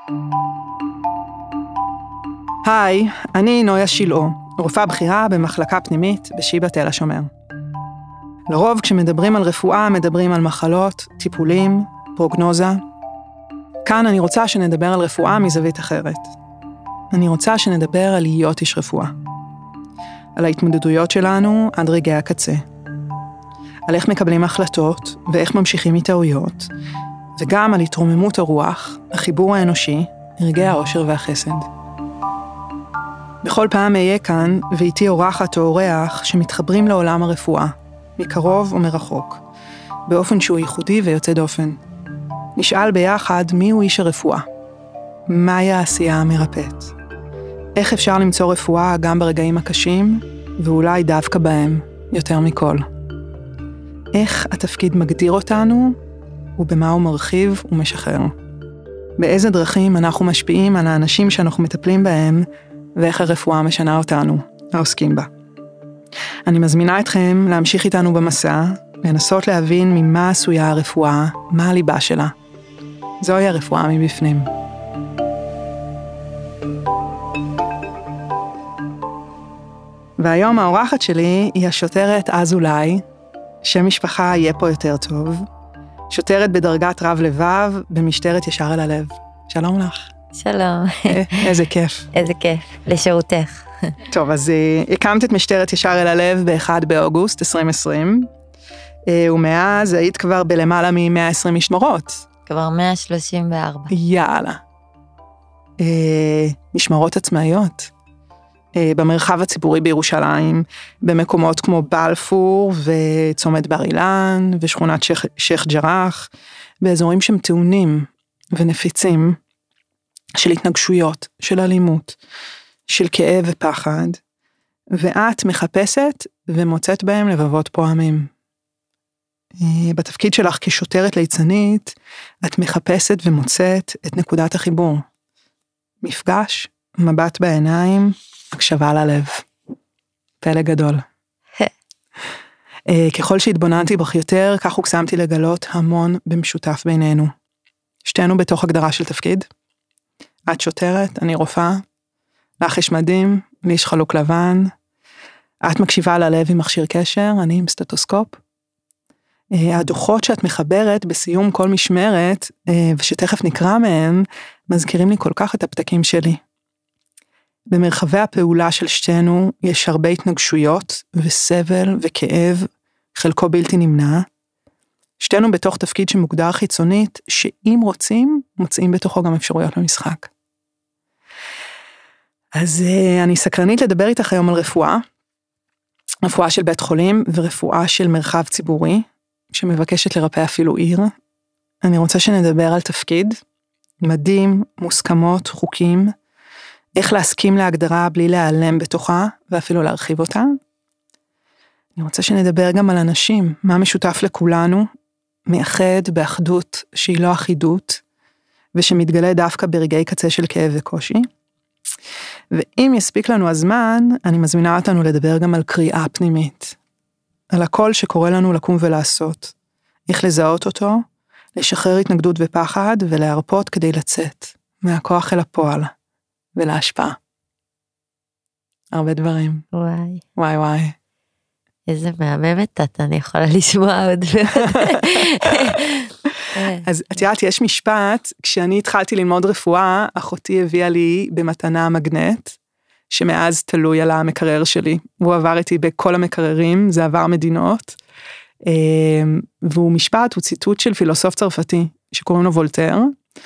היי, אני נויה שילאו, רופאה בכירה במחלקה פנימית בשיבא תל השומר. לרוב כשמדברים על רפואה, מדברים על מחלות, טיפולים, פרוגנוזה. כאן אני רוצה שנדבר על רפואה מזווית אחרת. אני רוצה שנדבר על להיות איש רפואה. על ההתמודדויות שלנו עד רגעי הקצה. על איך מקבלים החלטות ואיך ממשיכים מטעויות, וגם על התרוממות הרוח, החיבור האנושי, רגעי האושר והחסד. בכל פעם אהיה כאן ואיתי אורחת או אורח שמתחברים לעולם הרפואה, מקרוב ומרחוק, באופן שהוא ייחודי ויוצא דופן. נשאל ביחד מיהו איש הרפואה, מהי העשייה המרפאת, איך אפשר למצוא רפואה גם ברגעים הקשים, ואולי דווקא בהם יותר מכל. איך התפקיד מגדיר אותנו, ובמה הוא מרחיב ומשחרר. באיזה דרכים אנחנו משפיעים על האנשים שאנחנו מטפלים בהם, ואיך הרפואה משנה אותנו, העוסקים בה. אני מזמינה אתכם להמשיך איתנו במסע, לנסות להבין ממה עשויה הרפואה, מה הליבה שלה. זוהי הרפואה מבפנים. והיום האורחת שלי היא השוטרת אזולאי, שם משפחה יהיה פה יותר טוב, שוטרת בדרגת רב לבב במשטרת ישר אל הלב. שלום לך. שלום. איזה כיף. איזה כיף, לשירותך. טוב, אז הקמת את משטרת ישר אל הלב ב-1 באוגוסט 2020, ומאז היית כבר בלמעלה מ-120 משמרות. כבר 134. יאללה. משמרות עצמאיות. במרחב הציבורי בירושלים, במקומות כמו בלפור וצומת בר אילן ושכונת שייח ג'ראח, באזורים שהם טעונים ונפיצים של התנגשויות, של אלימות, של כאב ופחד, ואת מחפשת ומוצאת בהם לבבות פועמים. בתפקיד שלך כשוטרת ליצנית, את מחפשת ומוצאת את נקודת החיבור. מפגש, מבט בעיניים, הקשבה ללב. פלא גדול. ככל שהתבוננתי בך יותר, כך הוקסמתי לגלות המון במשותף בינינו. שתינו בתוך הגדרה של תפקיד. את שוטרת, אני רופאה. לך יש מדים, לי יש חלוק לבן. את מקשיבה ללב עם מכשיר קשר, אני עם סטטוסקופ. הדוחות שאת מחברת בסיום כל משמרת, ושתכף נקרא מהם, מזכירים לי כל כך את הפתקים שלי. במרחבי הפעולה של שתינו יש הרבה התנגשויות וסבל וכאב, חלקו בלתי נמנע. שתינו בתוך תפקיד שמוגדר חיצונית, שאם רוצים, מוצאים בתוכו גם אפשרויות למשחק. אז אני סקרנית לדבר איתך היום על רפואה, רפואה של בית חולים ורפואה של מרחב ציבורי, שמבקשת לרפא אפילו עיר. אני רוצה שנדבר על תפקיד, מדים, מוסכמות, חוקים, איך להסכים להגדרה בלי להיעלם בתוכה, ואפילו להרחיב אותה. אני רוצה שנדבר גם על אנשים, מה משותף לכולנו, מאחד באחדות שהיא לא אחידות, ושמתגלה דווקא ברגעי קצה של כאב וקושי. ואם יספיק לנו הזמן, אני מזמינה אותנו לדבר גם על קריאה פנימית, על הכל שקורה לנו לקום ולעשות, איך לזהות אותו, לשחרר התנגדות ופחד, ולהרפות כדי לצאת מהכוח אל הפועל. ולהשפעה. הרבה דברים. וואי. וואי וואי. איזה מהממת את, אני יכולה לשמוע עוד. אז את יודעת, יש משפט, כשאני התחלתי ללמוד רפואה, אחותי הביאה לי במתנה מגנט, שמאז תלוי על המקרר שלי. הוא עבר איתי בכל המקררים, זה עבר מדינות, והוא משפט, הוא ציטוט של פילוסוף צרפתי, שקוראים לו וולטר,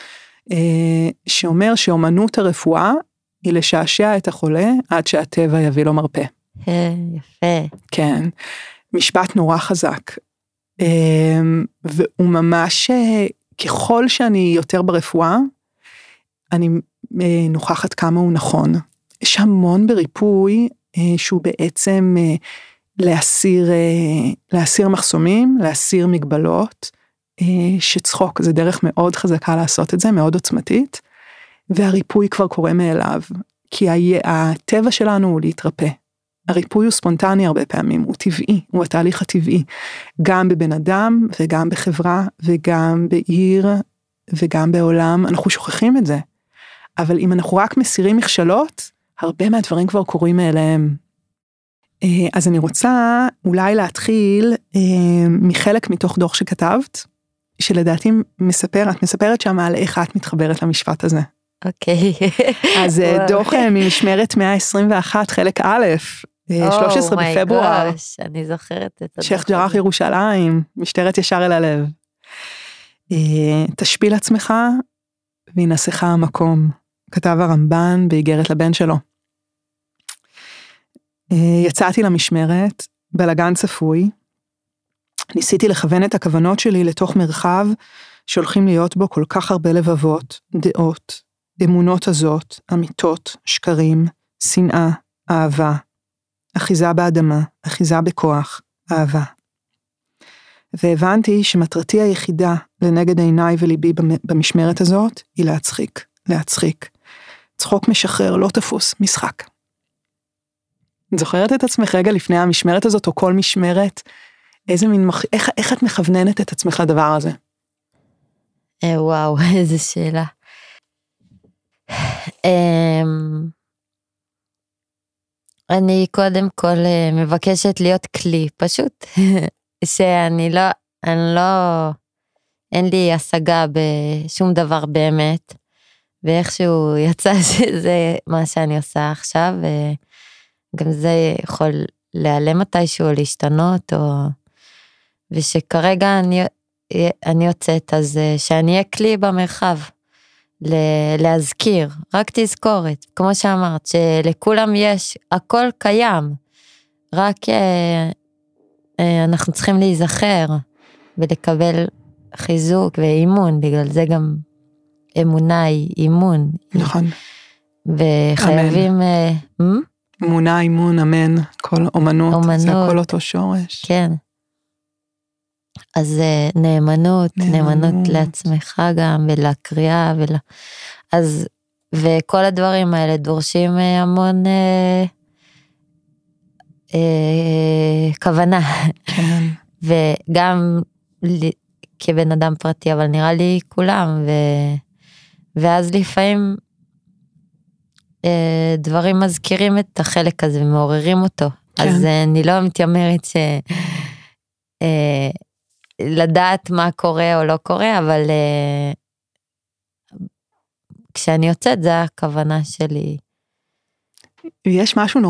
שאומר שאומנות הרפואה היא לשעשע את החולה עד שהטבע יביא לו מרפא. יפה. כן, משפט נורא חזק. והוא ממש, ככל שאני יותר ברפואה, אני נוכחת כמה הוא נכון. יש המון בריפוי שהוא בעצם להסיר מחסומים, להסיר מגבלות, שצחוק, זה דרך מאוד חזקה לעשות את זה, מאוד עוצמתית, והריפוי כבר קורה מאליו, כי הטבע שלנו הוא להתרפא. הריפוי הוא ספונטני הרבה פעמים, הוא טבעי, הוא התהליך הטבעי, גם בבן אדם וגם בחברה וגם בעיר וגם בעולם, אנחנו שוכחים את זה. אבל אם אנחנו רק מסירים מכשלות, הרבה מהדברים כבר קורים מאליהם. אז אני רוצה אולי להתחיל מחלק מתוך דוח שכתבת, שלדעתי את מספרת שם על איך את מתחברת למשפט הזה. אוקיי. אז דוח ממשמרת 121, חלק א', 13 בפברואר. אני זוכרת את הדוח. שייח ג'ראח ירושלים, משטרת ישר אל הלב. תשפיל עצמך וינשך המקום, כתב הרמב"ן באיגרת לבן שלו. יצאתי למשמרת, בלגן צפוי, ניסיתי לכוון את הכוונות שלי לתוך מרחב שהולכים להיות בו כל כך הרבה לבבות, דעות, אמונות הזאת, אמיתות, שקרים, שנאה, אהבה, אחיזה באדמה, אחיזה בכוח, אהבה. והבנתי שמטרתי היחידה לנגד עיניי וליבי במשמרת הזאת היא להצחיק, להצחיק. צחוק משחרר, לא תפוס, משחק. את זוכרת את עצמך רגע לפני המשמרת הזאת, או כל משמרת, איך את מכווננת את עצמך לדבר הזה? וואו, איזו שאלה. אני קודם כל מבקשת להיות כלי, פשוט, שאני לא, אין לי השגה בשום דבר באמת, ואיכשהו יצא שזה מה שאני עושה עכשיו, וגם זה יכול להיעלם מתישהו, להשתנות, ושכרגע אני יוצאת, אז שאני אהיה כלי במרחב, להזכיר, רק תזכורת, כמו שאמרת, שלכולם יש, הכל קיים, רק אנחנו צריכים להיזכר, ולקבל חיזוק ואימון, בגלל זה גם אמונה היא אימון. נכון. וחייבים... אמונה, אימון, אמן, כל אומנות, זה הכל אותו שורש. כן. אז נאמנות לעצמך גם, ולקריאה, אז, וכל הדברים האלה דורשים המון כוונה. כן. וגם כבן אדם פרטי, אבל נראה לי כולם, ואז לפעמים דברים מזכירים את החלק הזה, ומעוררים אותו. כן. אז אני לא מתיימרת לדעת מה קורה או לא קורה, אבל כשאני יוצאת, זה הכוונה שלי. יש משהו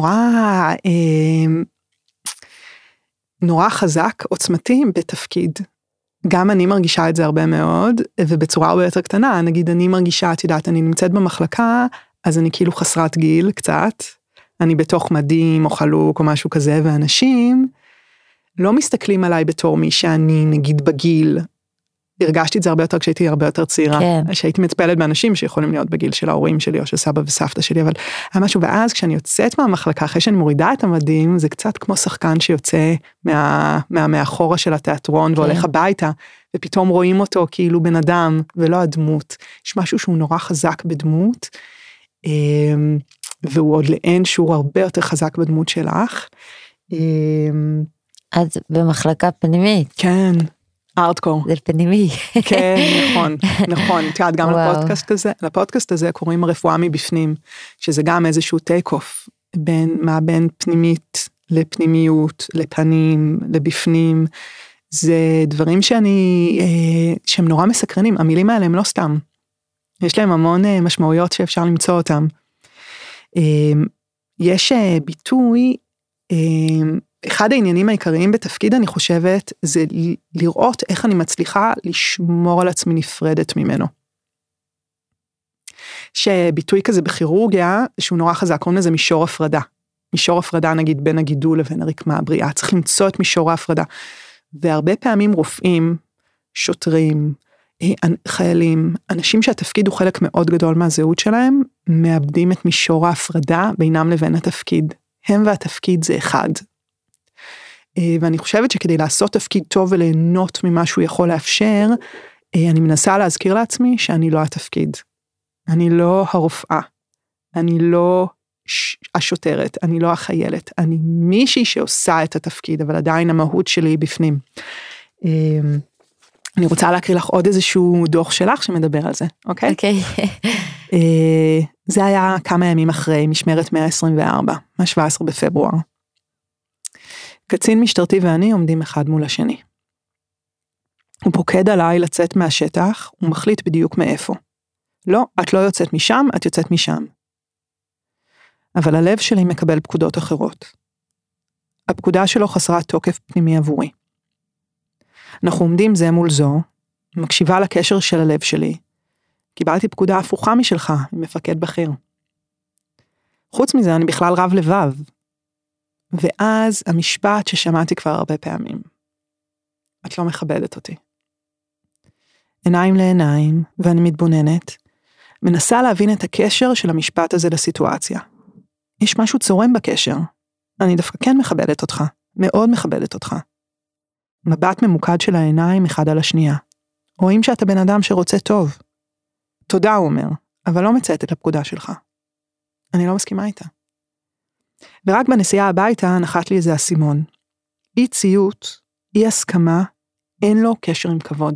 נורא חזק, עוצמתי בתפקיד. גם אני מרגישה את זה הרבה מאוד, ובצורה הרבה יותר קטנה, נגיד אני מרגישה, את יודעת, אני נמצאת במחלקה, אז אני כאילו חסרת גיל קצת, אני בתוך מדים או חלוק או משהו כזה, ואנשים לא מסתכלים עליי בתור מי שאני נגיד בגיל, הרגשתי את זה הרבה יותר כשהייתי הרבה יותר צעירה, כן. שהייתי מצפלת באנשים שיכולים להיות בגיל של ההורים שלי או של סבא וסבתא שלי, אבל היה משהו, ואז כשאני יוצאת מהמחלקה, אחרי שאני מורידה את המדים, זה קצת כמו שחקן שיוצא מאחורה של התיאטרון כן. והולך הביתה, ופתאום רואים אותו כאילו בן אדם ולא הדמות. יש משהו שהוא נורא חזק בדמות, והוא עוד לאין שהוא הרבה יותר חזק בדמות שלך. אז במחלקה פנימית. כן. ארטקור. זה פנימי. כן, נכון. תיעד, גם לפודקאסט הזה קוראים הרפואה מבפנים, שזה גם איזשהו טייק אוף, בין פנימית לפנימיות, לפנים, לבפנים, זה דברים שהם נורא מסקרנים, המילים האלה הם לא סתם, יש להם המון משמעויות שאפשר למצוא אותם. יש ביטוי, אחד העניינים העיקריים בתפקיד, אני חושבת, זה לראות איך אני מצליחה לשמור על עצמי נפרדת ממנו. שביטוי כזה בכירורגיה, שהוא נורא חזק, קוראים לזה מישור הפרדה. מישור הפרדה, נגיד, בין הגידול לבין הרקמה הבריאה. צריך למצוא את מישור ההפרדה. והרבה פעמים רופאים, שוטרים, חיילים, אנשים שהתפקיד הוא חלק מאוד גדול מהזהות שלהם, מאבדים את מישור ההפרדה בינם לבין התפקיד. הם והתפקיד זה אחד. ואני חושבת שכדי לעשות תפקיד טוב וליהנות ממה שהוא יכול לאפשר, אני מנסה להזכיר לעצמי שאני לא התפקיד. אני לא הרופאה. אני לא השוטרת. אני לא החיילת. אני מישהי שעושה את התפקיד, אבל עדיין המהות שלי היא בפנים. אני רוצה להקריא לך עוד איזשהו דוח שלך שמדבר על זה, אוקיי? אוקיי. זה היה כמה ימים אחרי משמרת 124, מה-17 בפברואר. קצין משטרתי ואני עומדים אחד מול השני. הוא פוקד עליי לצאת מהשטח, הוא מחליט בדיוק מאיפה. לא, את לא יוצאת משם, את יוצאת משם. אבל הלב שלי מקבל פקודות אחרות. הפקודה שלו חסרת תוקף פנימי עבורי. אנחנו עומדים זה מול זו, מקשיבה לקשר של הלב שלי. קיבלתי פקודה הפוכה משלך, עם מפקד בכיר. חוץ מזה, אני בכלל רב לבב. ואז המשפט ששמעתי כבר הרבה פעמים. את לא מכבדת אותי. עיניים לעיניים, ואני מתבוננת, מנסה להבין את הקשר של המשפט הזה לסיטואציה. יש משהו צורם בקשר. אני דווקא כן מכבדת אותך, מאוד מכבדת אותך. מבט ממוקד של העיניים אחד על השנייה. רואים שאתה בן אדם שרוצה טוב. תודה, הוא אומר, אבל לא מצאת את הפקודה שלך. אני לא מסכימה איתה. ורק בנסיעה הביתה נחת לי איזה אסימון. אי ציות, אי הסכמה, אין לו קשר עם כבוד.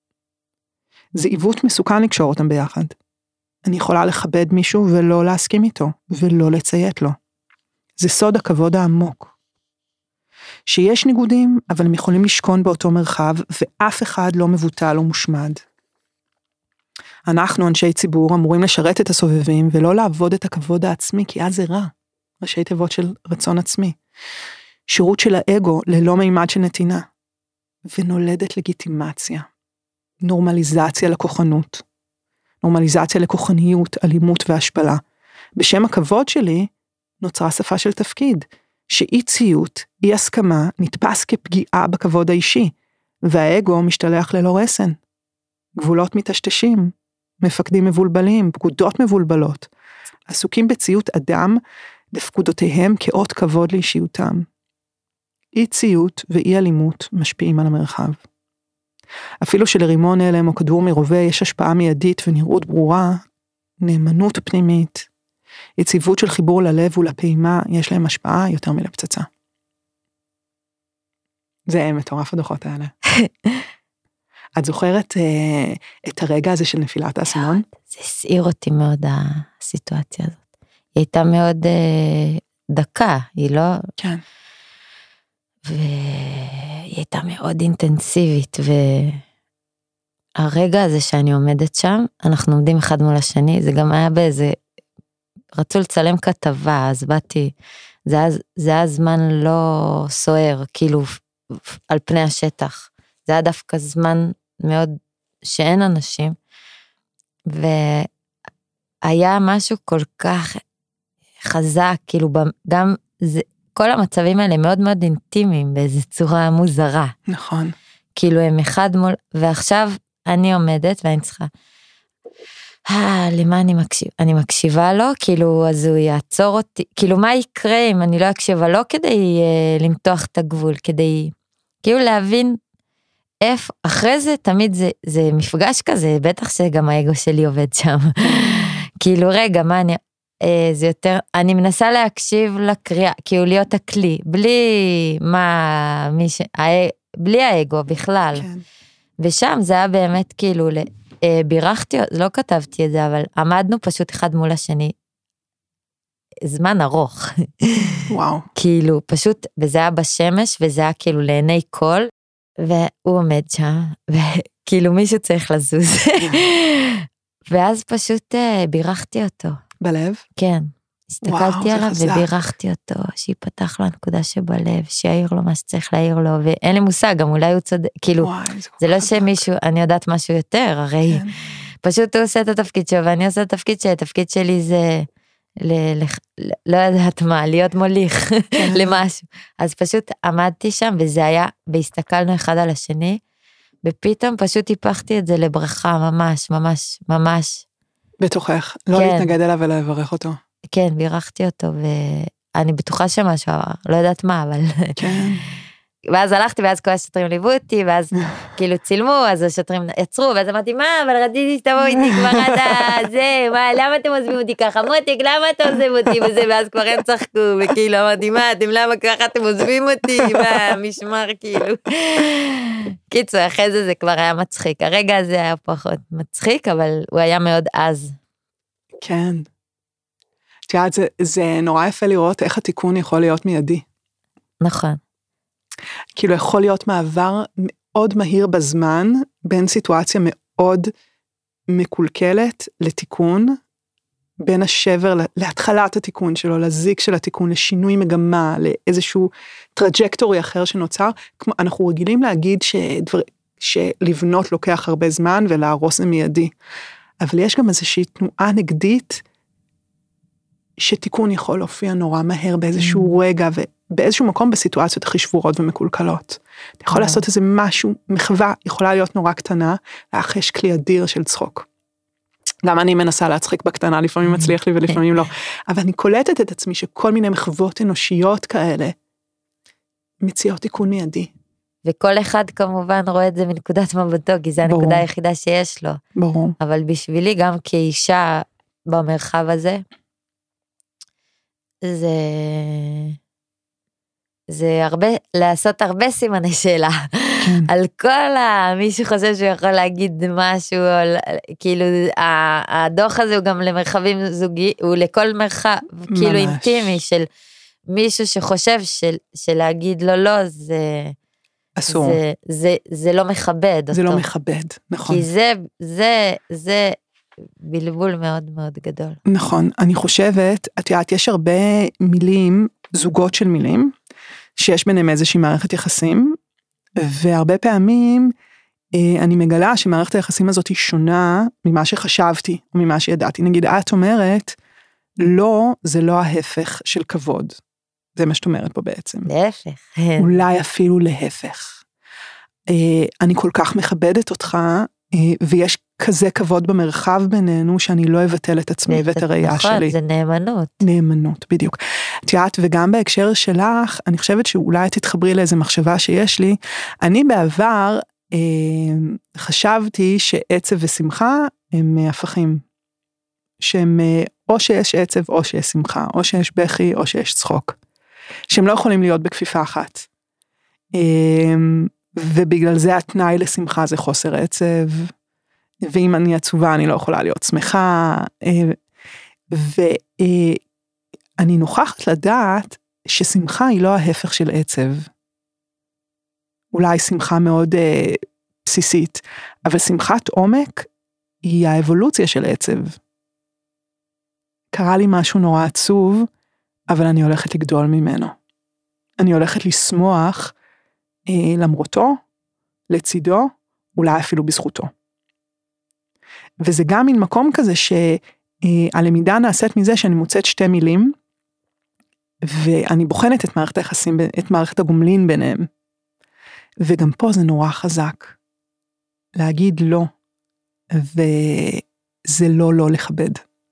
זה עיוות מסוכן לקשור אותם ביחד. אני יכולה לכבד מישהו ולא להסכים איתו, ולא לציית לו. זה סוד הכבוד העמוק. שיש ניגודים, אבל הם יכולים לשכון באותו מרחב, ואף אחד לא מבוטל או מושמד. אנחנו, אנשי ציבור, אמורים לשרת את הסובבים, ולא לעבוד את הכבוד העצמי, כי אז זה רע. ראשי תיבות של רצון עצמי. שירות של האגו ללא מימד של נתינה. ונולדת לגיטימציה. נורמליזציה לכוחנות. נורמליזציה לכוחניות, אלימות והשפלה. בשם הכבוד שלי, נוצרה שפה של תפקיד, שאי ציות, אי הסכמה, נתפס כפגיעה בכבוד האישי, והאגו משתלח ללא רסן. גבולות מטשטשים, מפקדים מבולבלים, פקודות מבולבלות, עסוקים בציות אדם, בפקודותיהם כאות כבוד לאישיותם. אי ציות ואי אלימות משפיעים על המרחב. אפילו שלרימון הלם או כדור מרובה יש השפעה מיידית ונראות ברורה, נאמנות פנימית, יציבות של חיבור ללב ולפעימה, יש להם השפעה יותר מלפצצה. זה מטורף הדוחות האלה. את זוכרת את הרגע הזה של נפילת האסימון? זה הסעיר אותי מאוד הסיטואציה הזאת. היא הייתה מאוד דקה, היא לא... כן. והיא הייתה מאוד אינטנסיבית, והרגע הזה שאני עומדת שם, אנחנו עומדים אחד מול השני, זה גם היה באיזה... רצו לצלם כתבה, אז באתי, זה היה זמן לא סוער, כאילו על פני השטח. זה היה דווקא זמן מאוד שאין אנשים, והיה משהו כל כך חזק, כאילו גם כל המצבים האלה מאוד מאוד אינטימיים, באיזו צורה מוזרה. נכון. כאילו הם אחד מול, ועכשיו אני עומדת ואני צריכה, למה אני מקשיבה? אני מקשיבה לו, כאילו, אז הוא יעצור אותי, כאילו, מה יקרה אם אני לא אקשיבה לו, כדי למתוח את הגבול, כדי, כאילו, להבין איפה, אחרי זה, תמיד זה מפגש כזה, בטח שגם האגו שלי עובד שם, כאילו, רגע, מה אני, זה יותר, אני מנסה להקשיב לקריאה, כאילו, להיות הכלי, בלי בלי האגו בכלל, כן. ושם זה היה באמת, כאילו, בירכתי, לא כתבתי את זה, אבל עמדנו פשוט אחד מול השני, זמן ארוך. וואו. כאילו, פשוט, וזה היה בשמש, וזה היה כאילו לעיני כל, והוא עומד שם, וכאילו מישהו צריך לזוז. ואז פשוט בירכתי אותו. בלב? כן. הסתכלתי עליו ובירכתי אותו, שיפתח לו הנקודה שבלב, שיעיר לו מה שצריך להעיר לו, ואין לי מושג, גם אולי הוא צודק, כאילו, זה לא שמישהו, אני יודעת משהו יותר, הרי פשוט הוא עושה את התפקיד שלו, ואני עושה את התפקיד שלי, התפקיד שלי זה, לא יודעת מה, להיות מוליך למשהו, אז פשוט עמדתי שם, וזה היה, והסתכלנו אחד על השני, ופתאום פשוט היפכתי את זה לברכה, ממש, ממש, ממש. בתוכך, לא להתנגד אליו ולא לברך אותו. כן, בירכתי אותו, ואני בטוחה שמשהו עבר, לא יודעת מה, אבל... כן. ואז הלכתי, ואז כל השוטרים ליוו אותי, ואז כאילו צילמו, אז השוטרים יצרו, ואז אמרתי, מה, אבל רציתי שתבואו איתי כבר עד זה, מה, למה אתם עוזבים אותי ככה? מותק, למה אתה עוזב אותי וזה? ואז כבר הם צחקו, וכאילו אמרתי, מה, אתם למה ככה אתם עוזבים אותי? מה, משמר כאילו. קיצור, אחרי זה כבר היה מצחיק, הרגע הזה היה פחות מצחיק, אבל הוא היה מאוד עז. כן. תראה, זה נורא יפה לראות איך התיקון יכול להיות מיידי. נכון. כאילו יכול להיות מעבר מאוד מהיר בזמן, בין סיטואציה מאוד מקולקלת לתיקון, בין השבר להתחלת התיקון שלו, לזיק של התיקון, לשינוי מגמה, לאיזשהו טראג'קטורי אחר שנוצר. כמו, אנחנו רגילים להגיד שלבנות לוקח הרבה זמן ולהרוס זה מיידי. אבל יש גם איזושהי תנועה נגדית, שתיקון יכול להופיע נורא מהר באיזשהו רגע, ובאיזשהו מקום בסיטואציות הכי שבורות ומקולקלות. אתה יכול לעשות איזה משהו, מחווה יכולה להיות נורא קטנה, ואך יש כלי אדיר של צחוק. גם אני מנסה להצחיק בקטנה, לפעמים מצליח לי ולפעמים לא. אבל אני קולטת את עצמי שכל מיני מחוות אנושיות כאלה, מציעות תיקון מיידי. וכל אחד כמובן רואה את זה מנקודת מבטו, כי זה הנקודה היחידה שיש לו. ברור. אבל בשבילי גם כאישה במרחב הזה, זה הרבה, לעשות הרבה סימני שאלה, על כל מי שחושב שהוא יכול להגיד משהו, כאילו הדוח הזה הוא גם למרחבים זוגי, הוא לכל מרחב, כאילו אינטימי של מישהו שחושב שלהגיד לו לא, אסור. זה לא מכבד אותו. זה לא מכבד, נכון. כי זה בלבול מאוד מאוד גדול. נכון, אני חושבת, את יודעת, יש הרבה מילים, זוגות של מילים, שיש ביניהם איזושהי מערכת יחסים, והרבה פעמים אני מגלה שמערכת היחסים הזאת היא שונה ממה שחשבתי, או ממה שידעתי. נגיד, את אומרת, לא, זה לא ההפך של כבוד. זה מה שאת אומרת פה בעצם. להפך. אולי אפילו להפך. אני כל כך מכבדת אותך, ויש כזה כבוד במרחב בינינו, שאני לא אבטל את עצמי ואת הראייה שלי. נכון, זה נאמנות. נאמנות, בדיוק. את יודעת, וגם בהקשר שלך, אני חושבת שאולי תתחברי לאיזו מחשבה שיש לי. אני בעבר חשבתי שעצב ושמחה הם הפכים. שהם או שיש עצב או שיש שמחה, או שיש בכי או שיש צחוק. שהם לא יכולים להיות בכפיפה אחת. ובגלל זה התנאי לשמחה זה חוסר עצב, ואם אני עצובה אני לא יכולה להיות שמחה, ואני נוכחת לדעת ששמחה היא לא ההפך של עצב. אולי שמחה מאוד בסיסית, אבל שמחת עומק היא האבולוציה של עצב. קרה לי משהו נורא עצוב, אבל אני הולכת לגדול ממנו. אני הולכת לשמוח למרותו, לצידו, אולי אפילו בזכותו. וזה גם מין מקום כזה שהלמידה נעשית מזה שאני מוצאת שתי מילים, ואני בוחנת את מערכת היחסים, את מערכת הגומלין ביניהם. וגם פה זה נורא חזק. להגיד לא, וזה לא לכבד.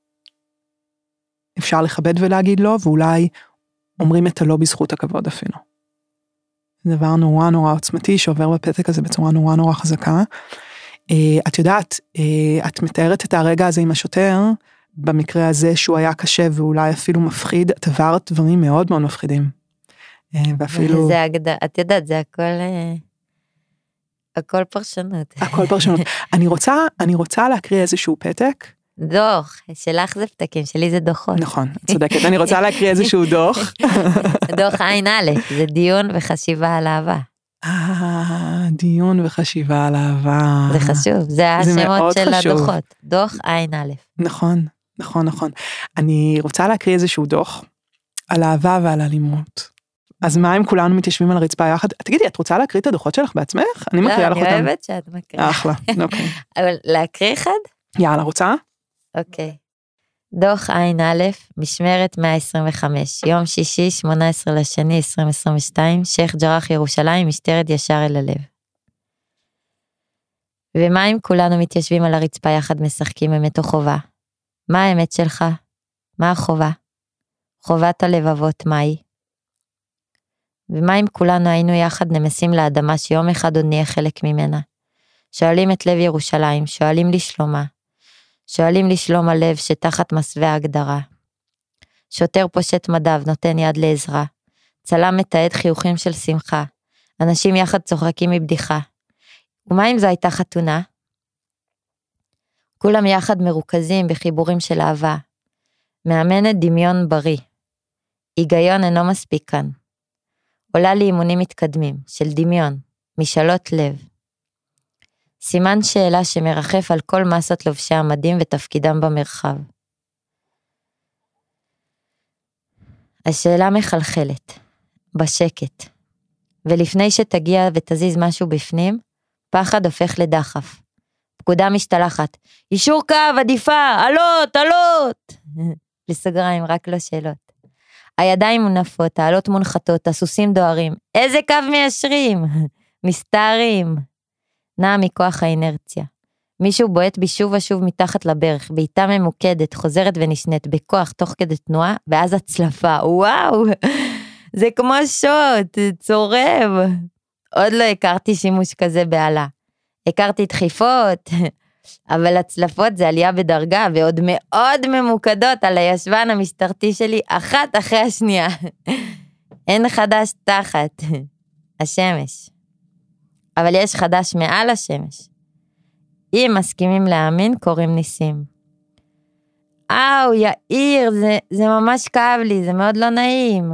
אפשר לכבד ולהגיד לא, ואולי אומרים את הלא בזכות הכבוד אפילו. זה דבר נורא נורא עוצמתי, שעובר בפתק הזה בצורה נורא נורא חזקה. את יודעת, את מתארת את הרגע הזה עם השוטר, במקרה הזה שהוא היה קשה ואולי אפילו מפחיד, את עברת דברים מאוד מאוד מפחידים. ואפילו... את יודעת, זה הכל פרשנות. הכל פרשנות. אני רוצה להקריא איזשהו פתק. דוח, שלך זה פתקים, שלי זה דוחות. נכון, צודקת. אני רוצה להקריא איזשהו דוח. דוח עין א', זה דיון וחשיבה על אהבה. דיון וחשיבה על אהבה. זה חשוב, זה השמות של הדוחות. דוח עין א'. נכון, נכון, נכון. אני רוצה להקריא איזשהו דוח על אהבה ועל אלימות. אז מה אם כולנו מתיישבים על הרצפה יחד? תגידי, את רוצה להקריא את הדוחות שלך בעצמך? אני מקריאה לך אותם. לא, אני אוהבת שאת מקריאה. אחלה, אוקיי. אבל להקריא אחד? יאללה, רוצה? אוקיי. דוח עין א', משמרת 125, יום שישי, 18/2/2022, שייח ג'רח ירושלים, משטרת ישר אל הלב. ומה אם כולנו מתיישבים על הרצפה יחד משחקים אמת או חובה? מה האמת שלך? מה החובה? חובת הלבבות, מהי? ומה אם כולנו היינו יחד נמסים לאדמה שיום אחד עוד נהיה חלק ממנה? שואלים את לב ירושלים, שואלים לשלומה. שואלים לשלום הלב שתחת מסווה ההגדרה. שוטר פושט מדיו נותן יד לעזרה. צלם מתעד חיוכים של שמחה. אנשים יחד צוחקים מבדיחה. ומה אם זו הייתה חתונה? כולם יחד מרוכזים בחיבורים של אהבה. מאמנת דמיון בריא. היגיון אינו מספיק כאן. עולה לי אימונים מתקדמים, של דמיון, משאלות לב. סימן שאלה שמרחף על כל מסות לובשי המדים ותפקידם במרחב. השאלה מחלחלת, בשקט, ולפני שתגיע ותזיז משהו בפנים, פחד הופך לדחף. פקודה משתלחת, אישור קו, עדיפה, עלות, עלות. לסוגריים, רק לא שאלות. הידיים מונפות, העלות מונחתות, הסוסים דוהרים. איזה קו מיישרים? מסתערים. נע מכוח האינרציה. מישהו בועט בי שוב ושוב מתחת לברך, בעיטה ממוקדת, חוזרת ונשנית, בכוח תוך כדי תנועה, ואז הצלפה. וואו, זה כמו שוט, צורב. עוד לא הכרתי שימוש כזה בעלה. הכרתי דחיפות, אבל הצלפות זה עלייה בדרגה, ועוד מאוד ממוקדות על הישבן המשטרתי שלי, אחת אחרי השנייה. אין חדש תחת, השמש. אבל יש חדש מעל השמש. אם מסכימים להאמין, קוראים ניסים. יאיר, זה ממש כאב לי, זה מאוד לא נעים.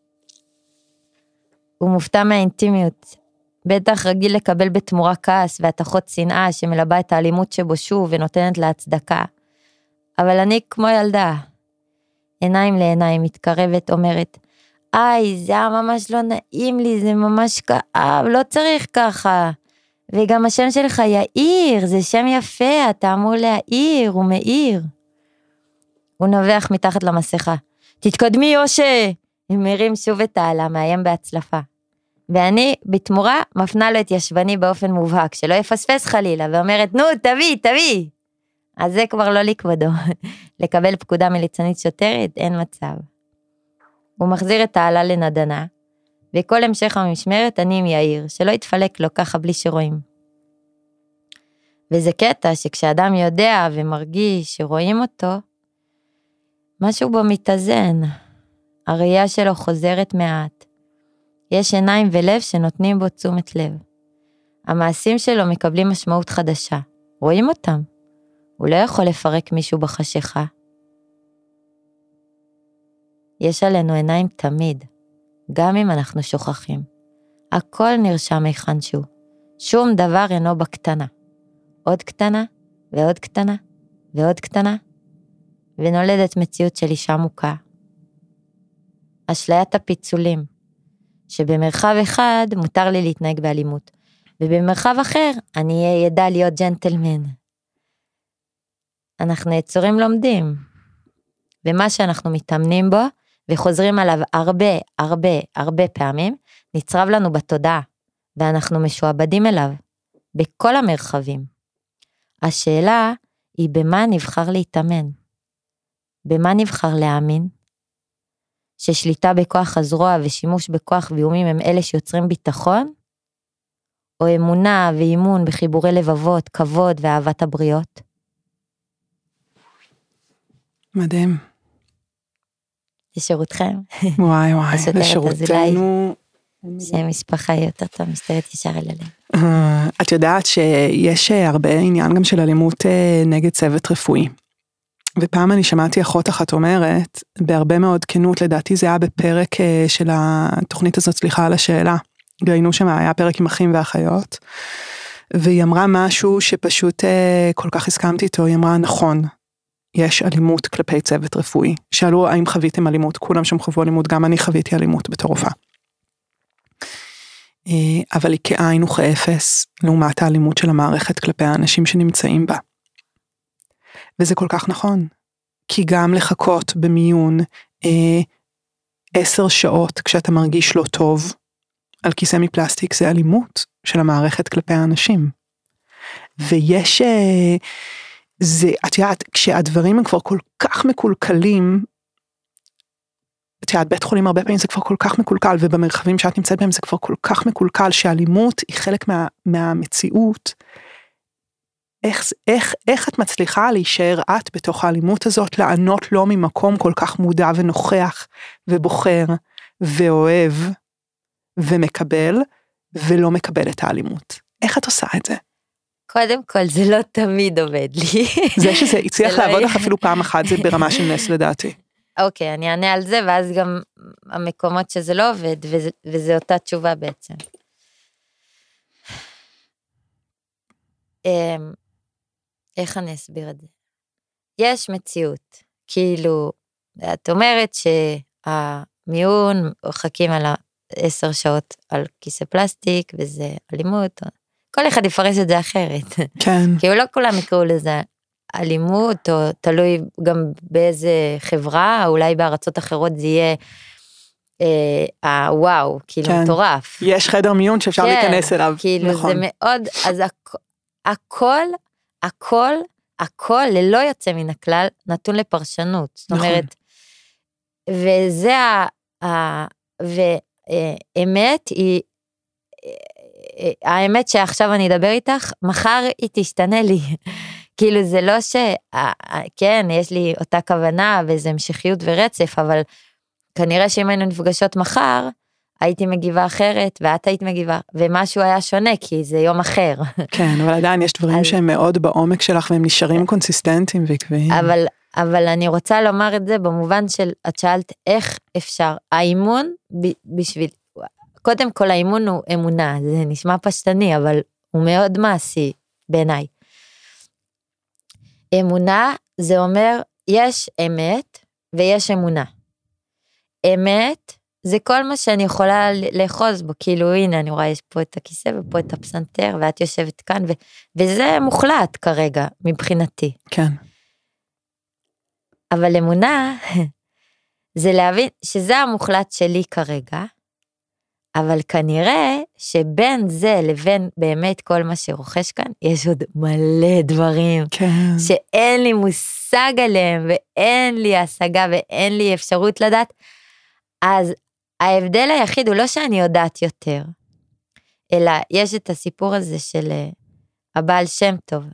הוא מופתע מהאינטימיות. בטח רגיל לקבל בתמורה כעס והתחות שנאה שמלבה את האלימות שבו שוב ונותנת לה הצדקה. אבל אני כמו ילדה. עיניים לעיניים מתקרבת, אומרת, זה היה ממש לא נעים לי, זה ממש כאב, לא צריך ככה. וגם השם שלך יאיר, זה שם יפה, אתה אמור להאיר, הוא מאיר. הוא נובח מתחת למסכה. תתקדמי יושה! הם מרים שוב את העלה, מאיים בהצלפה. ואני בתמורה מפנה לו את ישבני באופן מובהק, שלא יפספס חלילה, ואומרת, נו, תביא. אז זה כבר לא לכבודו. לקבל פקודה מליצנית שוטרת, אין מצב. הוא מחזיר את העלה לנדנה, וכל המשך המשמרת אני עם יאיר, שלא יתפלק לו ככה בלי שרואים. וזה קטע שכשאדם יודע ומרגיש שרואים אותו, משהו בו מתאזן, הראייה שלו חוזרת מעט. יש עיניים ולב שנותנים בו תשומת לב. המעשים שלו מקבלים משמעות חדשה. רואים אותם. הוא לא יכול לפרק מישהו בחשיכה. יש עלינו עיניים תמיד, גם אם אנחנו שוכחים. הכל נרשם היכן שהוא. שום דבר אינו בקטנה. עוד קטנה, ועוד קטנה, ועוד קטנה, ונולדת מציאות של אישה מוכה. אשליית הפיצולים, שבמרחב אחד מותר לי להתנהג באלימות, ובמרחב אחר אני ידע להיות ג'נטלמן. אנחנו יצורים לומדים, ומה שאנחנו מתאמנים בו, וחוזרים עליו הרבה פעמים, נצרב לנו בתודעה, ואנחנו משועבדים אליו, בכל המרחבים. השאלה היא במה נבחר להתאמן, במה נבחר להאמין, ששליטה בכוח הזרוע ושימוש בכוח ואיומים הם אלה שיוצרים ביטחון, או אמונה ואימון בחיבורי לבבות, כבוד ואהבת הבריות. מדהים. לשירותכם. וואי, לשירותנו. שמשפחה היא יותר טוב, מסתרת ישר אל הלב. את יודעת שיש הרבה עניין גם של אלימות נגד צוות רפואי. ופעם אני שמעתי אחות אחת אומרת, בהרבה מאוד כנות, לדעתי זה היה בפרק של התוכנית הזאת, סליחה על השאלה, ראינו שם היה פרק עם אחים ואחיות, והיא אמרה משהו שפשוט כל כך הסכמתי איתו, היא אמרה נכון, יש אלימות כלפי צוות רפואי, שאלו האם חוויתם אלימות, כולם שם חוו אלימות, גם אני חוויתי אלימות בתור רופאה. אבל היא כעין וכאפס, לעומת האלימות של המערכת כלפי האנשים שנמצאים בה. וזה כל כך נכון, כי גם לחכות במיון 10 שעות כשאתה מרגיש לא טוב, על כיסא מפלסטיק זה אלימות של המערכת כלפי האנשים. ויש, את יודעת, כשהדברים הם כבר כל כך מקולקלים, את יודעת, בית חולים הרבה פעמים זה כבר כל כך מקולקל, ובמרחבים שאת נמצאת בהם זה כבר כל כך מקולקל, שהאלימות היא חלק מהמציאות. איך את מצליחה להישאר את בתוך האלימות הזאת, לענות לו ממקום כל כך מודע ונוכח, ובוחר, ואוהב, ומקבל, ולא מקבל את האלימות. איך את עושה את זה? קודם כל, זה לא תמיד עובד לי. זה שזה הצליח לעבוד לך אפילו פעם אחת, זה ברמה של נס לדעתי. אוקיי, אני אענה על זה, ואז גם המקומות שזה לא עובד, וזה אותה תשובה בעצם. איך אני אסביר את זה? יש מציאות, כאילו, את אומרת שהמיון חכים על 10 שעות על כיסא פלסטיק, וזה אלימות, כל אחד יפרש את זה אחרת. כן. כאילו לא כולם יקראו לזה אלימות, או תלוי גם באיזה חברה, אולי בארצות אחרות זה יהיה, וואו, כאילו מטורף. יש חדר מיון שאפשר להיכנס אליו. כאילו זה מאוד, אז הכל ללא יוצא מן הכלל, נתון לפרשנות. זאת אומרת, וזה ואמת היא, האמת שעכשיו אני אדבר איתך, מחר היא תשתנה לי. כאילו זה לא כן, יש לי אותה כוונה, וזה המשכיות ורצף, אבל כנראה שאם היינו נפגשות מחר, הייתי מגיבה אחרת, ואת היית מגיבה, ומשהו היה שונה, כי זה יום אחר. כן, אבל עדיין יש דברים שהם מאוד בעומק שלך, והם נשארים קונסיסטנטיים ועקביים. אבל אני רוצה לומר את זה, במובן של, את שאלת איך אפשר, האימון בשביל, קודם כל האימון הוא אמונה, זה נשמע פשטני, אבל הוא מאוד מעשי בעיניי. אמונה זה אומר, יש אמת ויש אמונה. אמת זה כל מה שאני יכולה לאחוז בו, כאילו הנה אני רואה יש פה את הכיסא ופה את הפסנתר, ואת יושבת כאן, וזה מוחלט כרגע מבחינתי. כן. אבל אמונה זה להבין שזה המוחלט שלי כרגע, אבל כנראה שבין זה לבין באמת כל מה שרוכש כאן, יש עוד מלא דברים, כן. שאין לי מושג עליהם, ואין לי השגה, ואין לי אפשרות לדעת, אז ההבדל היחיד הוא לא שאני יודעת יותר, אלא יש את הסיפור הזה של הבעל שם טוב,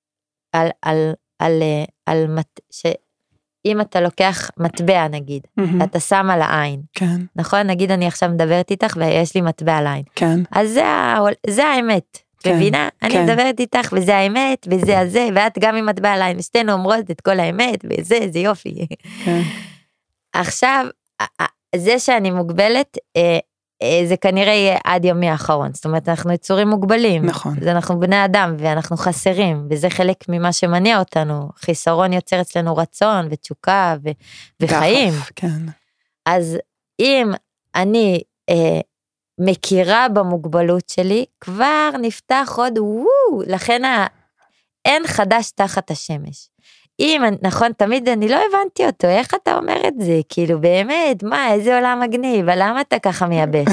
אם אתה לוקח מטבע נגיד, אתה שם על העין, כן. נכון? נגיד אני עכשיו מדברת איתך ויש לי מטבע על העין. כן. אז זה האמת, כן. מבינה? כן. אני מדברת איתך וזה האמת, וזה הזה, ואת גם עם מטבע על העין, ושתינו אומרות את כל האמת, וזה, זה יופי. כן. עכשיו, זה שאני מוגבלת, זה כנראה יהיה עד יומי האחרון, זאת אומרת אנחנו יצורים מוגבלים, נכון. זה אנחנו בני אדם ואנחנו חסרים, וזה חלק ממה שמניע אותנו, חיסרון יוצר אצלנו רצון ותשוקה וחיים. דחף, כן. אז אם אני מכירה במוגבלות שלי, כבר נפתח עוד לכן אין חדש תחת השמש. אם, נכון, תמיד אני לא הבנתי אותו, איך אתה אומר את זה? כאילו, באמת, מה, איזה עולם מגניב, למה אתה ככה מייבש?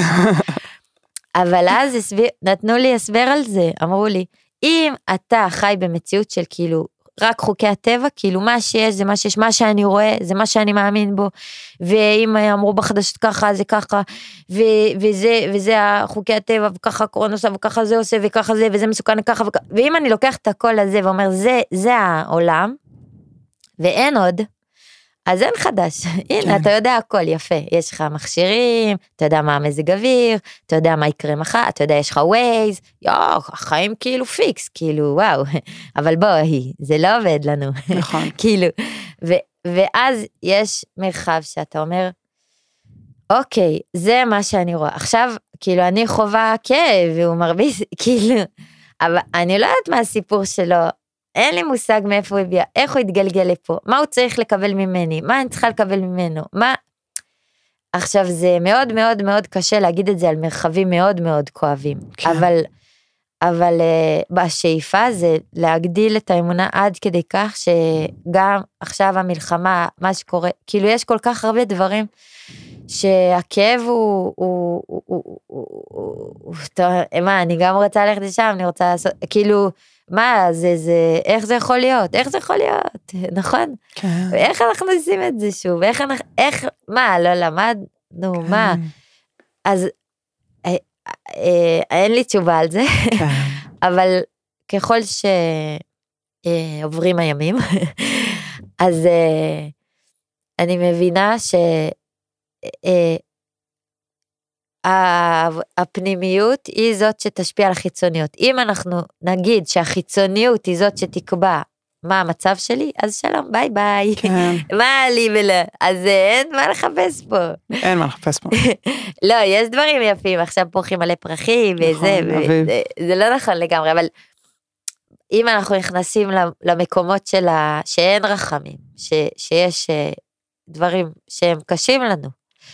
אבל אז נתנו לי הסבר על זה, אמרו לי, אם אתה חי במציאות של כאילו, רק חוקי הטבע, כאילו מה שיש, זה מה שיש, מה שאני רואה, זה מה שאני מאמין בו, ואם אמרו בחדשות ככה, זה ככה, וזה חוקי הטבע, וככה קורן עושה, וככה זה עושה, וככה זה, וזה מסוכן ככה, ואם אני לוקח את הכל הזה, ואומר, זה העולם, ואין עוד, אז אין חדש. הנה, אתה יודע הכל יפה. יש לך מכשירים, אתה יודע מה המזג אוויר, אתה יודע מה יקרה מחר, אתה יודע, יש לך ווייז, החיים כאילו פיקס, כאילו, וואו. אבל בואי, זה לא עובד לנו. נכון. כאילו, ואז יש מרחב שאתה אומר, אוקיי, זה מה שאני רואה. עכשיו, כאילו, אני חובה כאב, והוא מרביץ, כאילו, אבל אני לא יודעת מה הסיפור שלו, אין לי מושג מאיפה הוא הביע, איך הוא התגלגל לפה, מה הוא צריך לקבל ממני, מה אני צריכה לקבל ממנו, מה... עכשיו זה מאוד מאוד מאוד קשה להגיד את זה על מרחבים מאוד מאוד כואבים, כן. אבל בשאיפה זה להגדיל את האמונה עד כדי כך שגם עכשיו המלחמה, מה שקורה, כאילו יש כל כך הרבה דברים שהכאב מה, אני גם רוצה ללכת לשם, אני רוצה לעשות, כאילו, מה, איך זה יכול להיות? איך זה יכול להיות? נכון? כן. איך אנחנו עושים את זה שוב? מה, לא למדנו, מה? אז אין לי תשובה על זה, אבל ככל שעוברים הימים, אז אני מבינה הפנימיות היא זאת שתשפיע על החיצוניות. אם אנחנו נגיד שהחיצוניות היא זאת שתקבע מה המצב שלי, אז שלום, ביי ביי. כן. מה לי ולא? אז אין מה לחפש פה. אין מה לחפש פה. לא, יש דברים יפים, עכשיו פורחים מלא פרחים וזה, זה לא נכון לגמרי, אבל אם אנחנו נכנסים למקומות שאין רחמים, שיש דברים שהם קשים לנו,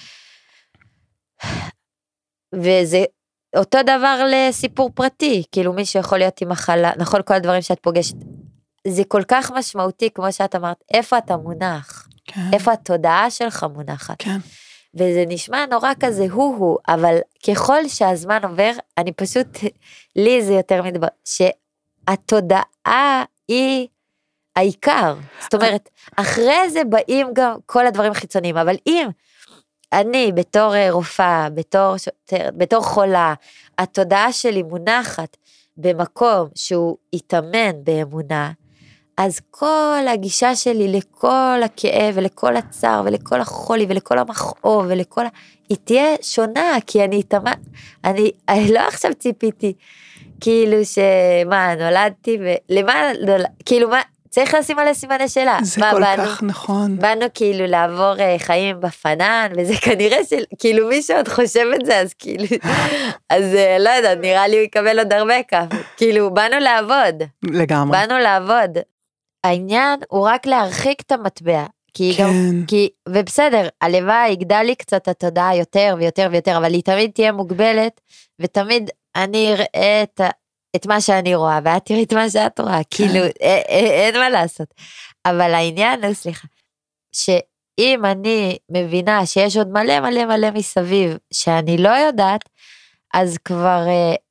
וזה אותו דבר לסיפור פרטי, כאילו מישהו יכול להיות עם מחלה, נכון כל הדברים שאת פוגשת, זה כל כך משמעותי, כמו שאת אמרת, איפה אתה מונח, כן. איפה התודעה שלך מונחת, כן. וזה נשמע נורא כזה הוא, אבל ככל שהזמן עובר, אני פשוט, לי זה יותר מדבר, שהתודעה היא העיקר, זאת אומרת, אחרי זה באים גם כל הדברים החיצוניים, אבל אם אני בתור רופאה, בתור חולה, התודעה שלי מונחת במקום שהוא יתאמן באמונה, אז כל הגישה שלי לכל הכאב ולכל הצער ולכל החולי ולכל המכאוב ולכל, היא תהיה שונה, כי אני לא עכשיו ציפיתי, כאילו שמה, נולדתי ולמה, כאילו מה, צריך לשים עליה סימני שאלה. זה כל כך נכון. באנו כאילו לעבור חיים בפנן, וזה כנראה כאילו מי שעוד חושב את זה, אז כאילו, אז לא יודעת, נראה לי הוא יקבל עוד הרבה כף. כאילו, באנו לעבוד. לגמרי. באנו לעבוד. העניין הוא רק להרחיק את המטבע. ובסדר, הלוואי יגדל לי קצת התודעה יותר ויותר ויותר, אבל היא תמיד תהיה מוגבלת, ותמיד אני אראה את מה שאני רואה, ואת תראי את מה שאת רואה, כאילו, אין מה לעשות. אבל העניין הוא, סליחה, שאם אני מבינה שיש עוד מלא מלא מלא מסביב, שאני לא יודעת, אז כבר,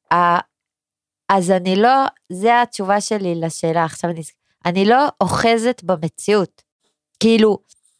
אז אני לא, זה התשובה שלי לשאלה, עכשיו אני לא אוחזת במציאות, כאילו,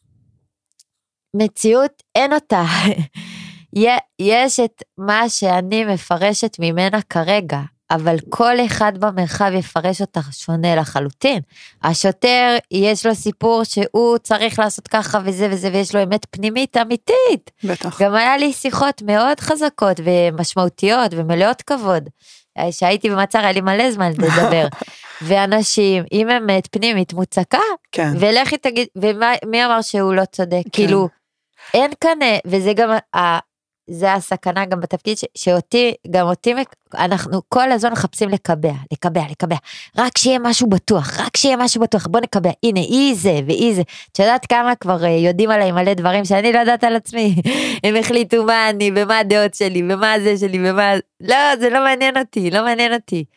מציאות אין אותה, יש את מה שאני מפרשת ממנה כרגע, אבל כל אחד במרחב יפרש אותה שונה לחלוטין. השוטר, יש לו סיפור שהוא צריך לעשות ככה וזה וזה, ויש לו אמת פנימית אמיתית. בטח. גם היה לי שיחות מאוד חזקות ומשמעותיות ומלאות כבוד. שהייתי במצר, היה לי מלא זמן לדבר. ואנשים עם אמת פנימית מוצקה, כן. ולכי תגיד, ומי אמר שהוא לא צודק? כן. כאילו, אין כאן, וזה גם זה הסכנה גם בתפקיד, שאותי, גם אותי, אנחנו כל הזמן מחפשים לקבע, רק שיהיה משהו בטוח, בוא נקבע, הנה, אי זה ואי זה, את יודעת כמה כבר יודעים עליי מלא דברים, שאני לא יודעת על עצמי, הם החליטו מה אני, ומה הדעות שלי, ומה זה שלי, לא, זה לא מעניין אותי, לא מעניין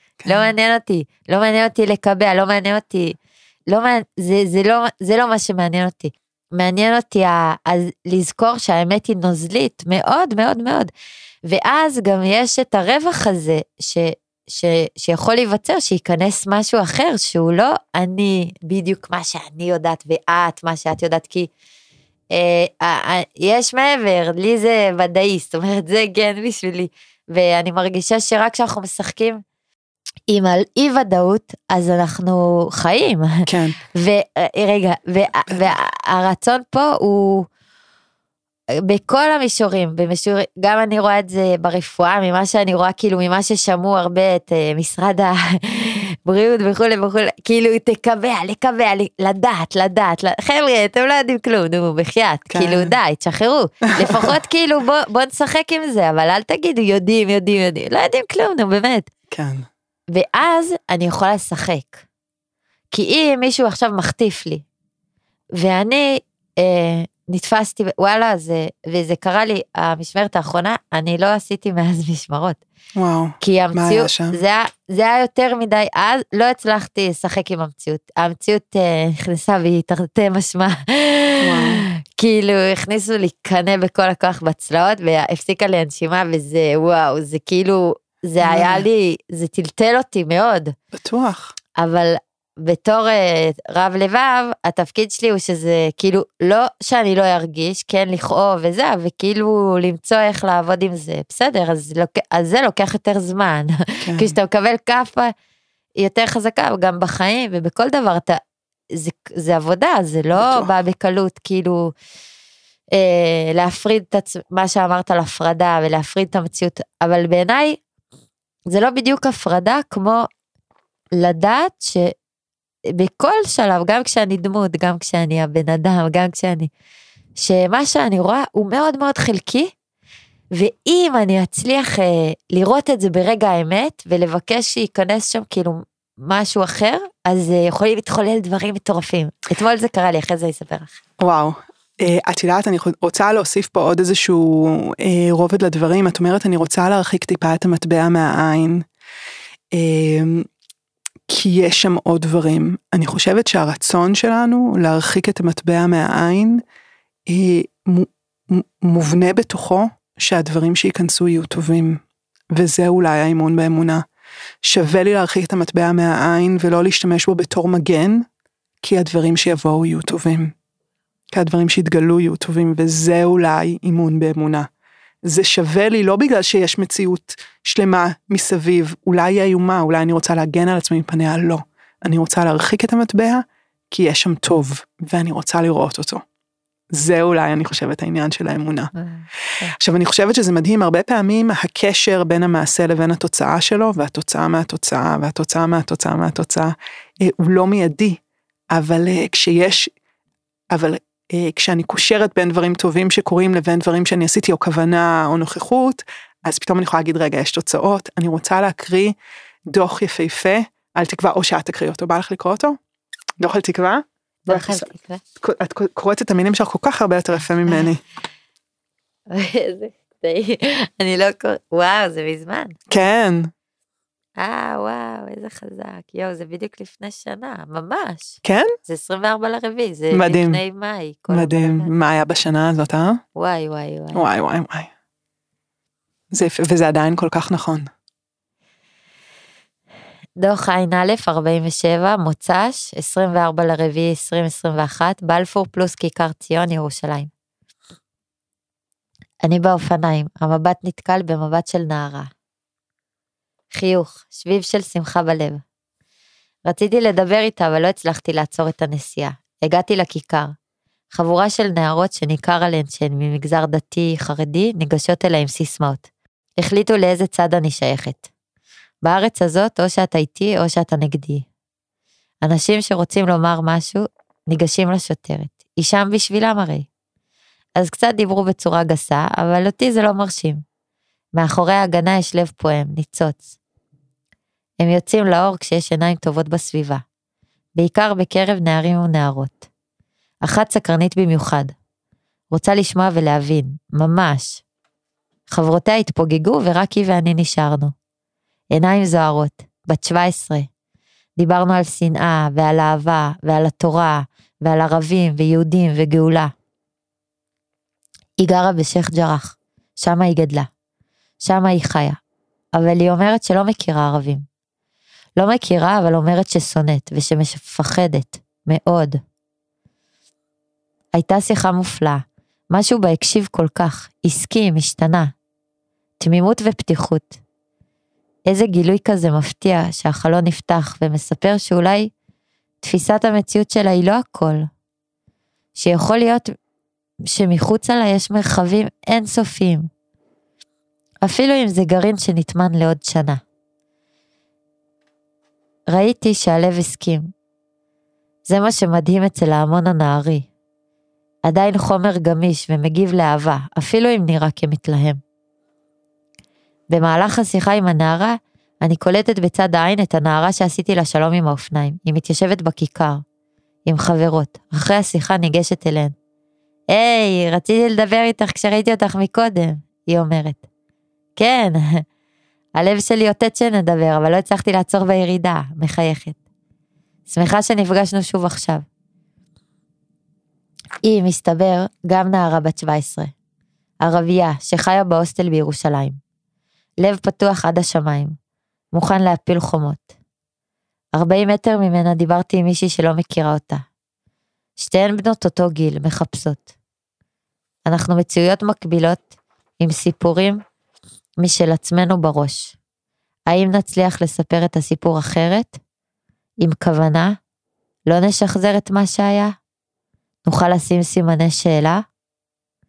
אותי לקבע, לא מעניין אותי, זה לא מה שמעניין אותי. מעניין אותי אז לזכור שהאמת היא נוזלית מאוד מאוד מאוד, ואז גם יש את הרווח הזה שיכול להיווצר, שיכנס משהו אחר, שהוא לא אני בדיוק מה שאני יודעת, ואת מה שאת יודעת, כי יש מעבר, לי זה ודאי, זאת אומרת זה כן בשבילי, ואני מרגישה שרק כשאנחנו משחקים, עם על אי ודאות, אז אנחנו חיים. כן. ורגע, והרצון פה הוא, בכל המישורים, גם אני רואה את זה ברפואה, ממה שאני רואה, כאילו ממה ששמעו הרבה את משרד הבריאות וכו', כאילו לקבע, לדעת, חבר'ה, אתם לא יודעים כלום, נו, בחייאת, כאילו די, תשחררו, לפחות כאילו בוא נשחק עם זה, אבל אל תגידו, יודעים, לא יודעים כלום, נו, באמת. כן. ואז אני יכולה לשחק, כי אם מישהו עכשיו מחטיף לי, ואני נתפסתי, וואלה, וזה קרה לי, המשמרת האחרונה, אני לא עשיתי מאז משמרות. וואו, כי מה היה שם? זה היה יותר מדי, אז לא הצלחתי לשחק עם המציאות נכנסה והיא תרתי משמע, כאילו הכניסו לי קנה בכל הכוח בצלעות, והפסיקה לי הנשימה, וזה וואו, זה כאילו, זה היה לי, זה טלטל אותי מאוד. בטוח. אבל בתור רב לבב, התפקיד שלי הוא שזה כאילו, לא שאני לא ארגיש, כן לכאוב וזה, וכאילו למצוא איך לעבוד עם זה, בסדר, אז זה לוקח יותר זמן. כן. כשאתה מקבל כפה יותר חזקה, גם בחיים ובכל דבר, זה עבודה, זה לא בא בקלות, כאילו, להפריד את מה שאמרת על הפרדה, ולהפריד את המציאות, אבל בעיניי, זה לא בדיוק הפרדה, כמו לדעת שבכל שלב, גם כשאני דמות, גם כשאני הבן אדם, גם כשאני, שמה שאני רואה הוא מאוד מאוד חלקי, ואם אני אצליח לראות את זה ברגע האמת, ולבקש שייכנס שם כאילו משהו אחר, אז יכולים להתחולל דברים מטורפים. אתמול זה קרה לי, אחרי זה אספר לך. וואו, את יודעת, אני רוצה להוסיף פה עוד איזשהו רובד לדברים, את אומרת, אני רוצה להרחיק טיפה את המטבע מהעין, כי יש שם עוד דברים. אני חושבת שהרצון שלנו להרחיק את המטבע מהעין, מובנה בתוכו שהדברים שייכנסו יהיו טובים, וזה אולי האימון באמונה. שווה לי להרחיק את המטבע מהעין, ולא להשתמש בו בתור מגן, כי הדברים שיבואו יהיו טובים. כי הדברים שהתגלו יהיו טובים, וזה אולי אימון באמונה. זה שווה לי לא בגלל שיש מציאות שלמה מסביב, אולי היא איומה, אולי אני רוצה להגן על עצמי מפניה, לא. אני רוצה להרחיק את המטבע, כי יש שם טוב, ואני רוצה לראות אותו. זה אולי, אני חושבת, העניין של האמונה. עכשיו, אני חושבת שזה מדהים, הרבה פעמים הקשר בין המעשה לבין התוצאה שלו, והתוצאה מהתוצאה, והתוצאה מהתוצאה מהתוצאה, הוא לא מיידי, אבל כשאני קושרת בין דברים טובים שקורים לבין דברים שאני עשיתי, או כוונה או נוכחות, אז פתאום אני יכולה להגיד, רגע, יש תוצאות, אני רוצה להקריא דוח יפהפה, על תקווה, או שאת תקריא אותו, בא לך לקרוא אותו? דוח על תקווה? דוח על תקווה. את קוראת את המילים שלך כל כך הרבה יותר יפה ממני. אני לא קוראת, וואו, זה מזמן. כן. וואו, איזה חזק. יואו, זה בדיוק לפני שנה, ממש. כן? זה 24 לרביעי, זה מדהים. לפני מאי. מדהים. מה היה בשנה הזאת, וואי. וואי. וזה עדיין כל כך נכון. דוח ע"א 47, מוצ"ש, 24 לרביעי 2021, בלפור פלוס כיכר ציון, ירושלים. אני באופניים, המבט נתקל במבט של נערה. חיוך, שביב של שמחה בלב. רציתי לדבר איתה, אבל לא הצלחתי לעצור את הנסיעה. הגעתי לכיכר. חבורה של נערות שניכר עליהן שהן ממגזר דתי חרדי, ניגשות אליי עם סיסמאות. החליטו לאיזה צד אני שייכת. בארץ הזאת, או שאתה איתי, או שאתה נגדי. אנשים שרוצים לומר משהו, ניגשים לשוטרת. היא שם בשבילם הרי. אז קצת דיברו בצורה גסה, אבל אותי זה לא מרשים. מאחורי ההגנה יש לב פועם, ניצוץ. הם יוצאים לאור כשיש עיניים טובות בסביבה. בעיקר בקרב נערים ונערות. אחת סקרנית במיוחד. רוצה לשמוע ולהבין, ממש. חברותיה התפוגגו ורק היא ואני נשארנו. עיניים זוהרות, בת 17. דיברנו על שנאה ועל אהבה ועל התורה ועל ערבים ויהודים וגאולה. היא גרה בשייח ג'רח, שמה היא גדלה. שמה היא חיה. אבל היא אומרת שלא מכירה ערבים. לא מכירה, אבל אומרת ששונאת ושמפחדת מאוד. הייתה שיחה מופלאה. משהו בהקשיב כל כך, עסקי, משתנה. תמימות ופתיחות. איזה גילוי כזה מפתיע שהחלון נפתח ומספר שאולי תפיסת המציאות שלה היא לא הכל. שיכול להיות שמחוץ לה יש מרחבים אינסופיים. אפילו אם זה גרעין שנטמן לעוד שנה. ראיתי שהלב הסכים. זה מה שמדהים אצל ההמון הנערי. עדיין חומר גמיש ומגיב לאהבה, אפילו אם נראה כמתלהם. במהלך השיחה עם הנערה, אני קולטת בצד העין את הנערה שעשיתי לה שלום עם האופניים. היא מתיישבת בכיכר, עם חברות. אחרי השיחה ניגשת אליהן. היי, רציתי לדבר איתך כשראיתי אותך מקודם, היא אומרת. כן, הלב שלי אותת שנדבר, אבל לא הצלחתי לעצור בירידה, מחייכת. שמחה שנפגשנו שוב עכשיו. היא, מסתבר, גם נערה בת 17. ערבייה שחיה בהוסטל בירושלים. לב פתוח עד השמיים. מוכן להפיל חומות. 40 מטר ממנה דיברתי עם מישהי שלא מכירה אותה. שתיהן בנות אותו גיל, מחפשות. אנחנו מציאויות מקבילות עם סיפורים משל עצמנו בראש. האם נצליח לספר את הסיפור אחרת? עם כוונה? לא נשחזר את מה שהיה? נוכל לשים סימני שאלה?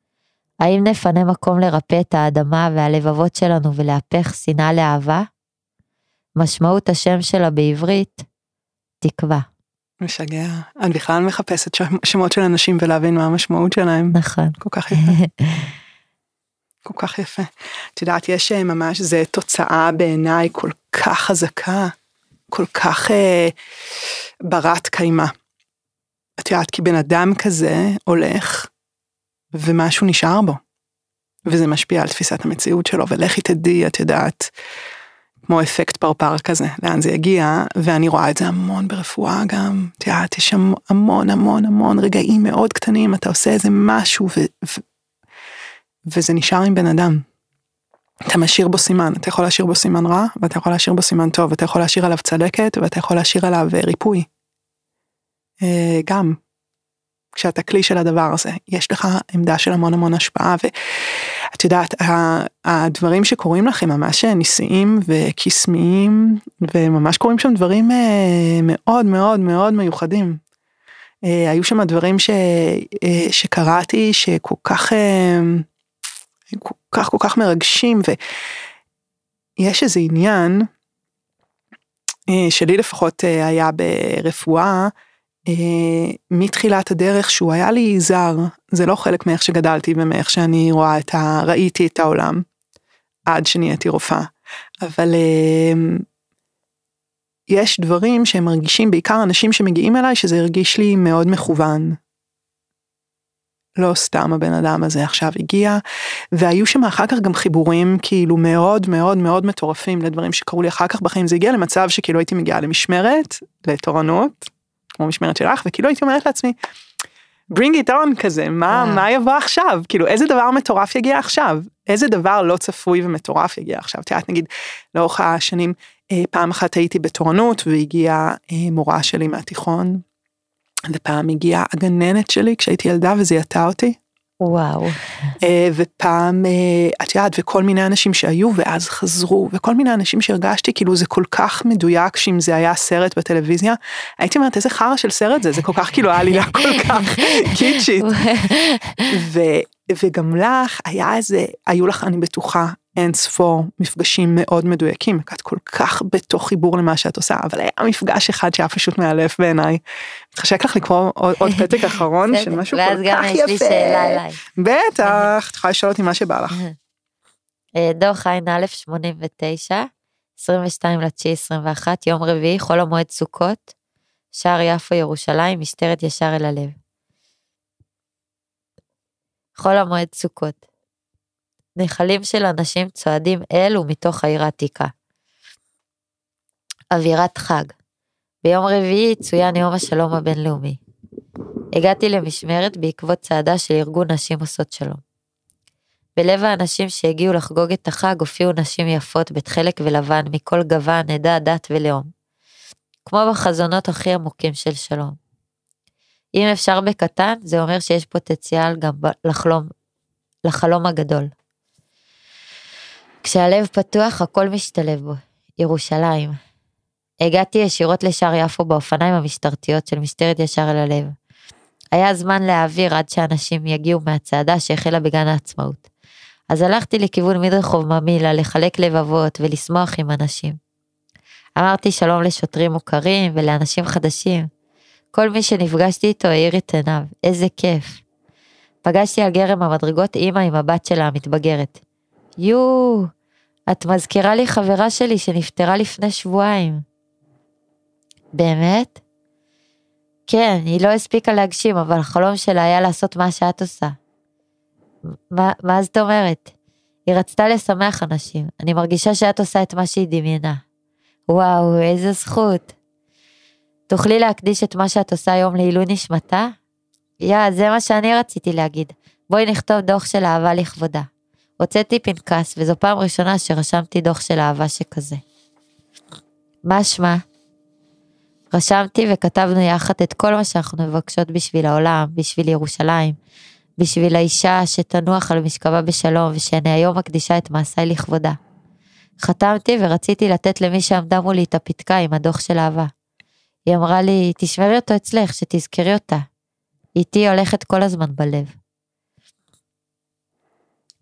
האם נפנה מקום לרפא את האדמה והלבבות שלנו ולהפך שנאה לאהבה? משמעות השם שלה בעברית, תקווה. משגע. את בכלל מחפשת שמות של אנשים ולהבין מה המשמעות שלהם. נכון. כל כך יפה. כל כך יפה. את יודעת, יש ממש, זה תוצאה בעיניי כל כך חזקה, כל כך ברת קיימה. את יודעת, כי בן אדם כזה הולך, ומשהו נשאר בו. וזה משפיע על תפיסת המציאות שלו, ולכי תדעי, את יודעת, כמו אפקט פרפר כזה, לאן זה יגיע, ואני רואה את זה המון ברפואה גם, את יודעת, יש שם המון המון המון רגעים מאוד קטנים, אתה עושה איזה משהו, וזה נשאר עם בן אדם. אתה משאיר בו סימן, אתה יכול להשאיר בו סימן רע, ואתה יכול להשאיר בו סימן טוב, אתה יכול להשאיר עליו צלקת, ואתה יכול להשאיר עליו ריפוי. גם, כשאתה כלי של הדבר הזה, יש לך עמדה של המון המון השפעה, ואת יודעת, הדברים שקורים לכם ממש ניסיים וקסמיים, וממש קורים שם דברים מאוד מאוד מאוד מיוחדים. היו שם דברים שקראתי, שכל כך, כל כך מרגשים, ויש איזה עניין, שלי לפחות היה ברפואה, מתחילת הדרך שהוא היה לי זר, זה לא חלק מאיך שגדלתי ומאיך שאני ראיתי את העולם, עד שנהייתי רופאה, אבל יש דברים שהם מרגישים, בעיקר אנשים שמגיעים אליי, שזה הרגיש לי מאוד מכוון. לא סתם הבן אדם הזה עכשיו הגיע, והיו שם אחר כך גם חיבורים כאילו מאוד מאוד מאוד מטורפים לדברים שקרו לי אחר כך בחיים, זה הגיע למצב שכאילו הייתי מגיעה למשמרת, לתורנות, כמו משמרת שלך, וכאילו הייתי אומרת לעצמי, bring it on כזה, מה יבוא עכשיו? כאילו איזה דבר מטורף יגיע עכשיו? איזה דבר לא צפוי ומטורף יגיע עכשיו? תראה, נגיד, לאורך השנים, פעם אחת הייתי בתורנות, והגיעה מורה שלי מהתיכון, ופעם הגיעה הגננת שלי, כשהייתי ילדה וזיהתה אותי. וואו. ופעם, את יודעת, וכל מיני אנשים שהיו, ואז חזרו, וכל מיני אנשים שהרגשתי, כאילו זה כל כך מדויק, שאם זה היה סרט בטלוויזיה, הייתי אומרת, איזה חרא של סרט זה כל כך כאילו העלילה כל כך קיצ'ית. וגם לך, היו לך, אני בטוחה, אין ספור מפגשים מאוד מדויקים, את כל כך בתוך חיבור למה שאת עושה, אבל היה מפגש אחד שהיה פשוט מאלף בעיניי. מתחשק לך לקרוא עוד פתק אחרון, של משהו כל כך יפה. ואז גם יש לי שאלה אליי. בטח, תוכל לשאול אותי מה שבא לך. דוח ע"א 89, 22/9/21, יום רביעי, חול המועד סוכות, שער יפו ירושלים, משטרת ישר אל הלב. חול המועד סוכות. נחלים של אנשים צועדים אל ומתוך העיר העתיקה. אווירת חג. ביום רביעי צוין יום השלום הבינלאומי. הגעתי למשמרת בעקבות צעדה של ארגון נשים עושות שלום. בלב האנשים שהגיעו לחגוג את החג הופיעו נשים יפות בתחלק ולבן מכל גוון, עדה, דת ולאום. כמו בחזונות הכי עמוקים של שלום. אם אפשר בקטן, זה אומר שיש פוטנציאל גם לחלום הגדול. כשהלב פתוח, הכל משתלב בו. ירושלים. הגעתי ישירות לשער יפו באופניים המשטרתיות של משטרת ישר אל הלב. היה זמן להעביר עד שאנשים יגיעו מהצעדה שהחלה בגן העצמאות. אז הלכתי לכיוון מדרחוב ממילה לחלק לבבות ולשמוח עם אנשים. אמרתי שלום לשוטרים מוכרים ולאנשים חדשים. כל מי שנפגשתי איתו העיר את עיניו. איזה כיף. פגשתי על גרם המדרגות אמא עם הבת שלה המתבגרת. את מזכירה לי חברה שלי שנפטרה לפני שבועיים. באמת? כן, היא לא הספיקה להגשים, אבל החלום שלה היה לעשות מה שאת עושה. מה זאת אומרת? היא רצתה לשמח אנשים. אני מרגישה שאת עושה את מה שהיא דמיינה. וואו, איזה זכות. תוכלי להקדיש את מה שאת עושה היום לעילוי נשמתה? זה מה שאני רציתי להגיד. בואי נכתוב דוח של אהבה לכבודה. הוצאתי פנקס, וזו פעם ראשונה שרשמתי דוח של אהבה שכזה. מה שמה? רשמתי וכתבנו יחד את כל מה שאנחנו מבקשות בשביל העולם, בשביל ירושלים, בשביל האישה שתנוח על משכבה בשלום, ושאני היום מקדישה את מעשיי לכבודה. חתמתי ורציתי לתת למי שעמדה מולי את הפתקה עם הדוח של אהבה. היא אמרה לי, תשמרי אותו אצלך, שתזכרי אותה. איתי הולכת כל הזמן בלב.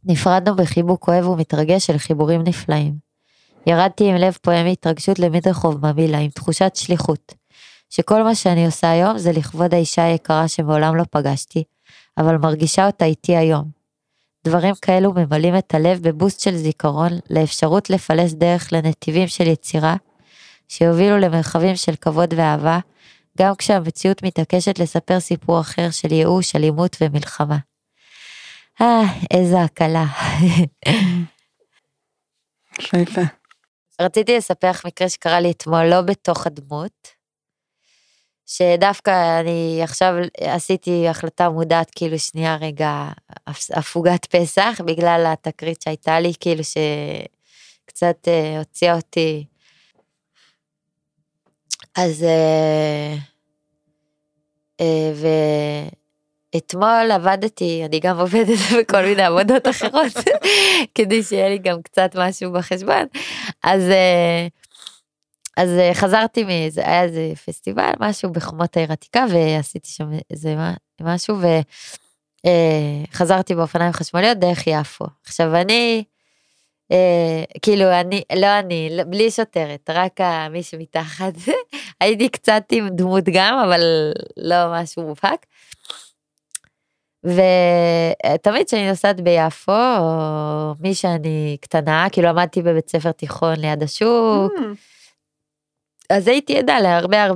נפרדנו בחיבוק אוהב ומתרגש של חיבורים נפלאים. ירדתי עם לב פועם התרגשות למדרחוב מבילה, עם תחושת שליחות, שכל מה שאני עושה היום זה לכבוד האישה היקרה שמעולם לא פגשתי, אבל מרגישה אותה איתי היום. דברים כאלו ממלאים את הלב בבוסט של זיכרון, לאפשרות לפלס דרך לנתיבים של יצירה, שיובילו למרחבים של כבוד ואהבה, גם כשהמציאות מתעקשת לספר סיפור אחר של ייאוש, אלימות ומלחמה. איזה הקלה. יפה. רציתי לספר לך מקרה שקרה לי אתמול, לא בתוך הדמות, שדווקא אני עכשיו עשיתי החלטה מודעת, כאילו שנייה רגע, הפוגת פסח, בגלל התקרית שהייתה לי, כאילו שקצת הוציאה אותי. אז אתמול עבדתי, אני גם עובדת בכל מיני עבודות אחרות, כדי שיהיה לי גם קצת משהו בחשבון, אז חזרתי מזה, היה איזה פסטיבל, משהו בחומות העיר עתיקה, ועשיתי שם איזה משהו, וחזרתי באופניים חשמליות דרך יפו. עכשיו אני, כאילו בלי שוטרת, רק מי שמתחת, הייתי קצת עם דמות גם, אבל לא משהו מובהק. ותמיד שאני נוסעת ביפו, או מי שאני קטנה, כאילו עמדתי בבית ספר תיכון ליד השוק, אז הייתי עדה להרבה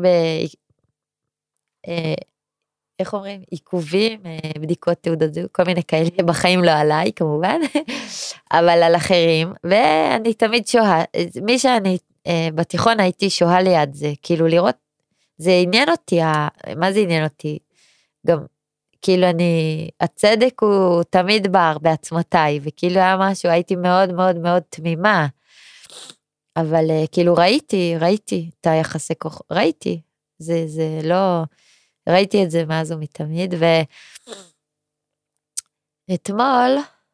איך אומרים, עיכובים, בדיקות תעודת זהות, כל מיני כאלה, בחיים לא עליי כמובן, אבל על אחרים, ואני תמיד שוהה, מי שאני בתיכון הייתי שוהה ליד זה, כאילו לראות, זה עניין אותי, מה זה עניין אותי? גם, כאילו הצדק הוא תמיד בער בעצמותיי, וכאילו היה משהו, הייתי מאוד מאוד מאוד תמימה, אבל כאילו ראיתי את היחסי כוח, ראיתי, זה לא, ראיתי את זה מאז ומתמיד, ואתמול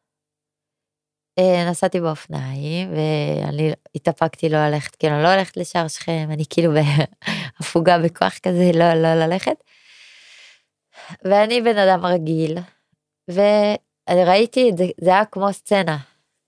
נסעתי באופניים, ואני התאפקתי לא ללכת, כאילו לא הולכת לשער שכם, אני כאילו בהפוגה בכוח כזה, לא ללכת, ואני בן אדם רגיל, ואני ראיתי את זה, זה היה כמו סצנה,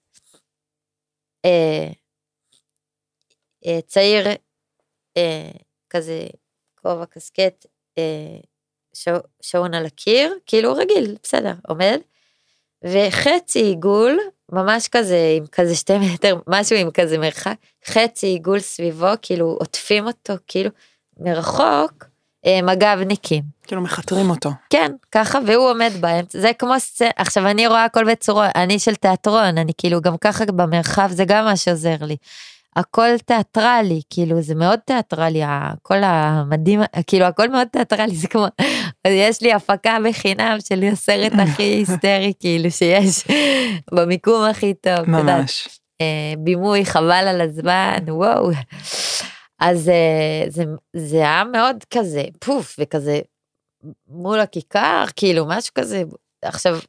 צעיר כזה כובע קסקט שעון על הקיר, כאילו רגיל, בסדר, עומד, וחצי עיגול, ממש כזה, עם כזה 2 מטר, משהו עם כזה מרחק, חצי עיגול סביבו, כאילו עוטפים אותו, כאילו מרחוק, מג"בניקים. כאילו מחתרים אותו. כן, ככה, והוא עומד באמצע, זה כמו סצנה, עכשיו אני רואה הכל בצורה, אני של תיאטרון, אני כאילו גם ככה במרחב, זה גם מה שעוזר לי. הכל תיאטרלי, כאילו זה מאוד תיאטרלי, הכל המדהים, כאילו הכל מאוד תיאטרלי, זה כמו, יש לי הפקה בחינם של הסרט הכי היסטרי, כאילו שיש במיקום הכי טוב. ממש. בימוי חבל על הזמן, וואו. אז זה היה מאוד כזה, פוף, וכזה מול הכיכר, כאילו משהו כזה, עכשיו,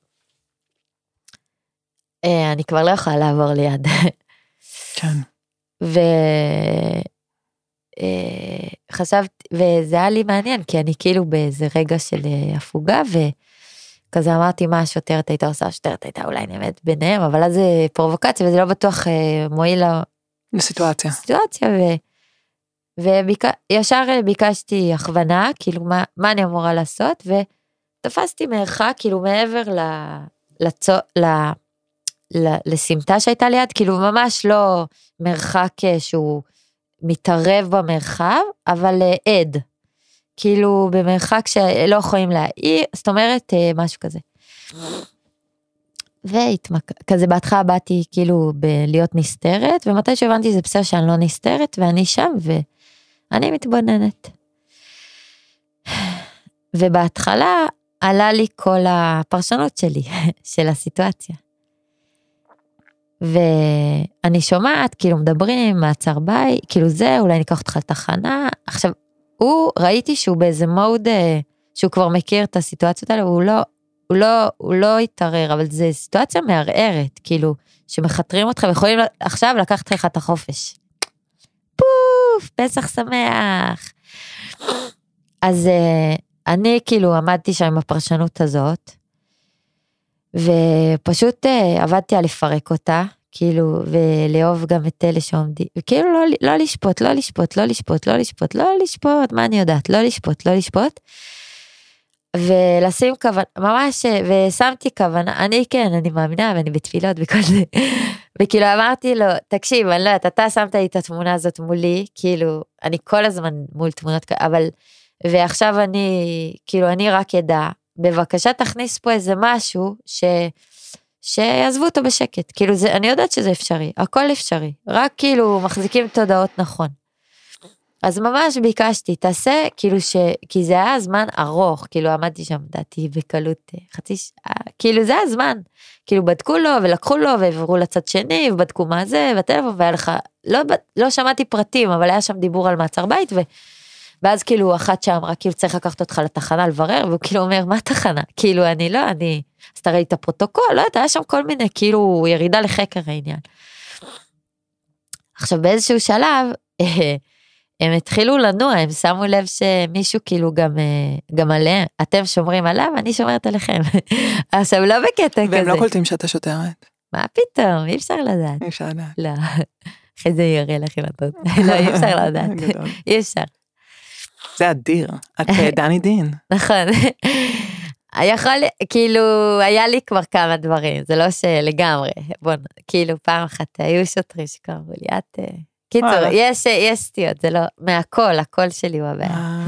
אני כבר לא יכולה לעבור ליד. כן. וחשבתי, וזה היה לי מעניין, כי אני כאילו באיזה רגע של הפוגה, וכזה אמרתי מה השוטרת הייתה עושה, השוטרת הייתה אולי נעמת ביניהם, אבל אז זה פרובוקציה, וזה לא בטוח מועיל לסיטואציה. וישר ביקשתי הכוונה, כאילו מה אני אמורה לעשות, ותפסתי מרחק, כאילו מעבר לסמטה שהייתה ליד, כאילו ממש לא מרחק שהוא מתערב במרחב, אבל עד, כאילו במרחק שלא יכולים להעיר, זאת אומרת משהו כזה. כזה בהתחלה באתי כאילו להיות נסתרת, ומתי שהבנתי זה בסדר שאני לא נסתרת, ואני שם ואני מתבוננת. ובהתחלה עלה לי כל הפרשנות שלי, של הסיטואציה. ואני שומעת, כאילו מדברים, מעצר ביי, כאילו זה, אולי ניקח אותך לתחנה. עכשיו, ראיתי שהוא באיזה מוד, שהוא כבר מכיר את הסיטואציות האלה, הוא לא יתערער, אבל זו סיטואציה מערערת, כאילו, שמחתרים אותך, ויכולים עכשיו לקחת לך את החופש. פוף, פסח שמח. אז אני כאילו עמדתי שם עם הפרשנות הזאת, ופשוט עבדתי על לפרק אותה, כאילו, ולאהוב גם את אלה שעומדים, וכאילו לא לשפוט, לא לשפוט, לא לשפוט, לא לשפוט, לא לשפוט, מה אני יודעת, לא לשפוט, לא לשפוט, ולשים כוונה, ממש, ושמתי כוונה, אני מאמינה, ואני בתפילות וכל זה, וכאילו אמרתי לו, תקשיב, אני לא יודעת, אתה שמת לי את התמונה הזאת מולי, כאילו, אני כל הזמן מול תמונות, אבל, ועכשיו כאילו, אני רק ידע, בבקשה תכניס פה איזה משהו, שיעזבו אותו בשקט, כאילו, אני יודעת שזה אפשרי, הכל אפשרי, רק כאילו, מחזיקים תודעות נכון. אז ממש ביקשתי, תעשה, כאילו כי זה היה זמן ארוך, כאילו עמדתי שם, דעתי בקלות חצי שעה, כאילו זה היה זמן, כאילו בדקו לו ולקחו לו ועברו לצד שני, ובדקו מה זה, בטלפון, והיה לך, לא שמעתי פרטים, אבל היה שם דיבור על מעצר בית, ואז כאילו אחת שם, רק כאילו צריך לקחת אותך לתחנה לברר, והוא כאילו אומר, מה תחנה? כאילו אז תראי את הפרוטוקול, לא יודעת, היה שם כל מיני, כאילו ירידה לחקר העניין. עכשיו באיזשהו שלב, הם התחילו לנוע, הם שמו לב שמישהו כאילו גם עליהם, אתם שומרים עליו, אני שומרת עליכם. עכשיו לא בקטע כזה. והם לא קולטים שאתה שוטרת. מה פתאום, אי אפשר לדעת. אי אפשר לדעת. לא, אחרי זה יראה לכם את לא, אי אפשר לדעת. אי אפשר. זה אדיר, את דני דין. נכון. כאילו, היה לי כבר כמה דברים, זה לא שלגמרי, בוא, כאילו פעם אחת היו שוטרים שקראו לי, את... קיצור, יש סטיות, זה לא, מהכל, הקול שלי הוא הבעיה.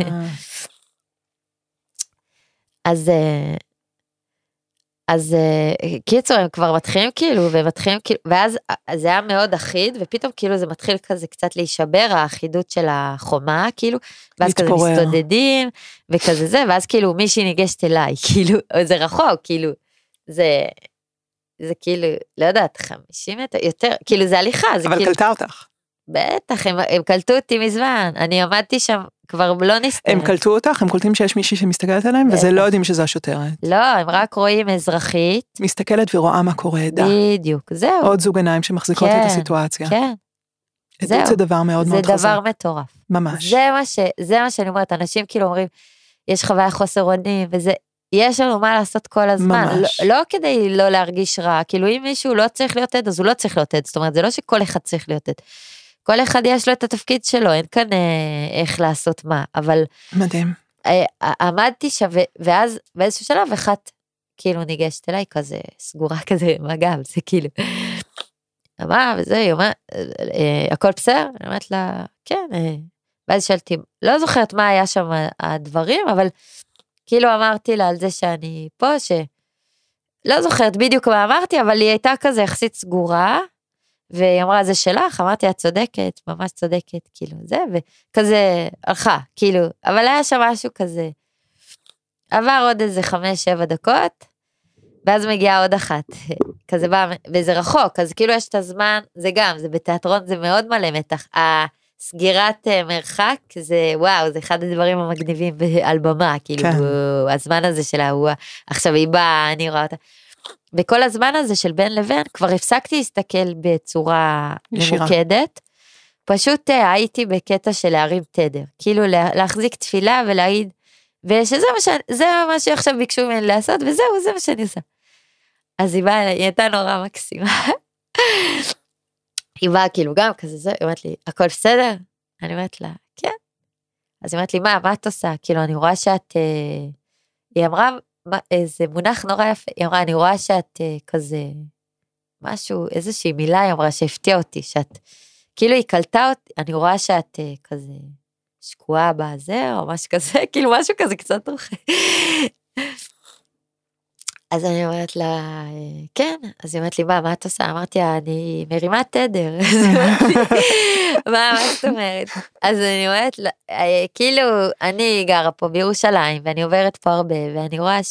אז קיצור, הם כבר מתחילים כאילו, ואז זה היה מאוד אחיד, ופתאום כאילו זה מתחיל כזה קצת להישבר, האחידות של החומה, כאילו, ואז כזה מסתודדים, וכזה זה, ואז כאילו מישהי ניגשת אליי, כאילו, זה רחוק, כאילו, זה כאילו, לא יודעת, 50 מטר, יותר, כאילו זה הליכה, זה אבל כאילו... קלטה אותך. בטח, הם קלטו אותי מזמן, אני עמדתי שם, כבר לא נסתר. הם קלטו אותך, הם קולטים שיש מישהי שמסתכלת עליהם, וזה לא יודעים שזו השוטרת. לא, הם רק רואים אזרחית. מסתכלת ורואה מה קורה, בדיוק, זהו. עוד זוג עיניים שמחזיקות את הסיטואציה. כן, זהו. זה דבר מאוד מאוד חזק. זה דבר מטורף. ממש. זה מה שאני אומרת, אנשים כאילו אומרים, יש חוויה חוסר אונים, וזה, יש לנו מה לעשות כל הזמן. ממש. לא כדי לא להרגיש רע, כאילו אם מישהו לא צריך להיות עד, אז הוא לא צריך להיות עד, זאת אומרת, זה לא שכל אחד צריך להיות עד. כל אחד יש לו את התפקיד שלו, אין כאן איך לעשות מה, אבל... מדהים. עמדתי שם, ואז באיזשהו שלב, אחת כאילו ניגשת אליי, כזה סגורה כזה מגב, זה כאילו... אמרה, וזה, היא אומרת, הכל בסדר? אני אומרת לה, כן, ואז שאלתי, לא זוכרת מה היה שם הדברים, אבל כאילו אמרתי לה על זה שאני פה, לא זוכרת בדיוק מה אמרתי, אבל היא הייתה כזה יחסית סגורה, והיא אמרה, זה שלך, אמרתי, את צודקת, ממש צודקת, כאילו, זה, וכזה, הלכה, כאילו, אבל היה שם משהו כזה, עבר עוד איזה 5-7 דקות, ואז מגיעה עוד אחת, כזה בא, וזה רחוק, אז כאילו יש את הזמן, זה גם, זה בתיאטרון, זה מאוד מלא מתח, הסגירת מרחק, זה וואו, זה אחד הדברים המגניבים על במה, כאילו, כן. הזמן הזה שלה, עכשיו היא באה, אני רואה אותה, וכל הזמן הזה של בין לבין, כבר הפסקתי להסתכל בצורה ממוקדת, פשוט הייתי בקטע של להרים תדר, כאילו להחזיק תפילה ולהגיד, ושזה מה שעכשיו ביקשו ממני לעשות, וזהו, זה מה שאני עושה. אז היא באה, היא הייתה נורא מקסימה, היא באה כאילו גם כזה, היא אומרת לי, הכל בסדר? אני אומרת לה, כן. אז היא אומרת לי, מה את עושה? כאילו אני רואה שאת, היא אמרה, איזה מונח נורא יפה, היא אמרה, אני רואה שאת כזה, משהו, איזושהי מילה, היא אמרה שהפתיע אותי, שאת, כאילו היא קלטה אותי, אני רואה שאת כזה, שקועה בזה, או משהו כזה, כאילו משהו כזה קצת רוחי. אז אני אומרת לה, כן, אז היא אומרת לי, מה את עושה? אמרתי, אני מרימה תדר. מה זאת אומרת? אז אני אומרת לה, כאילו, אני גרה פה בירושלים, ואני עוברת פה הרבה, ואני רואה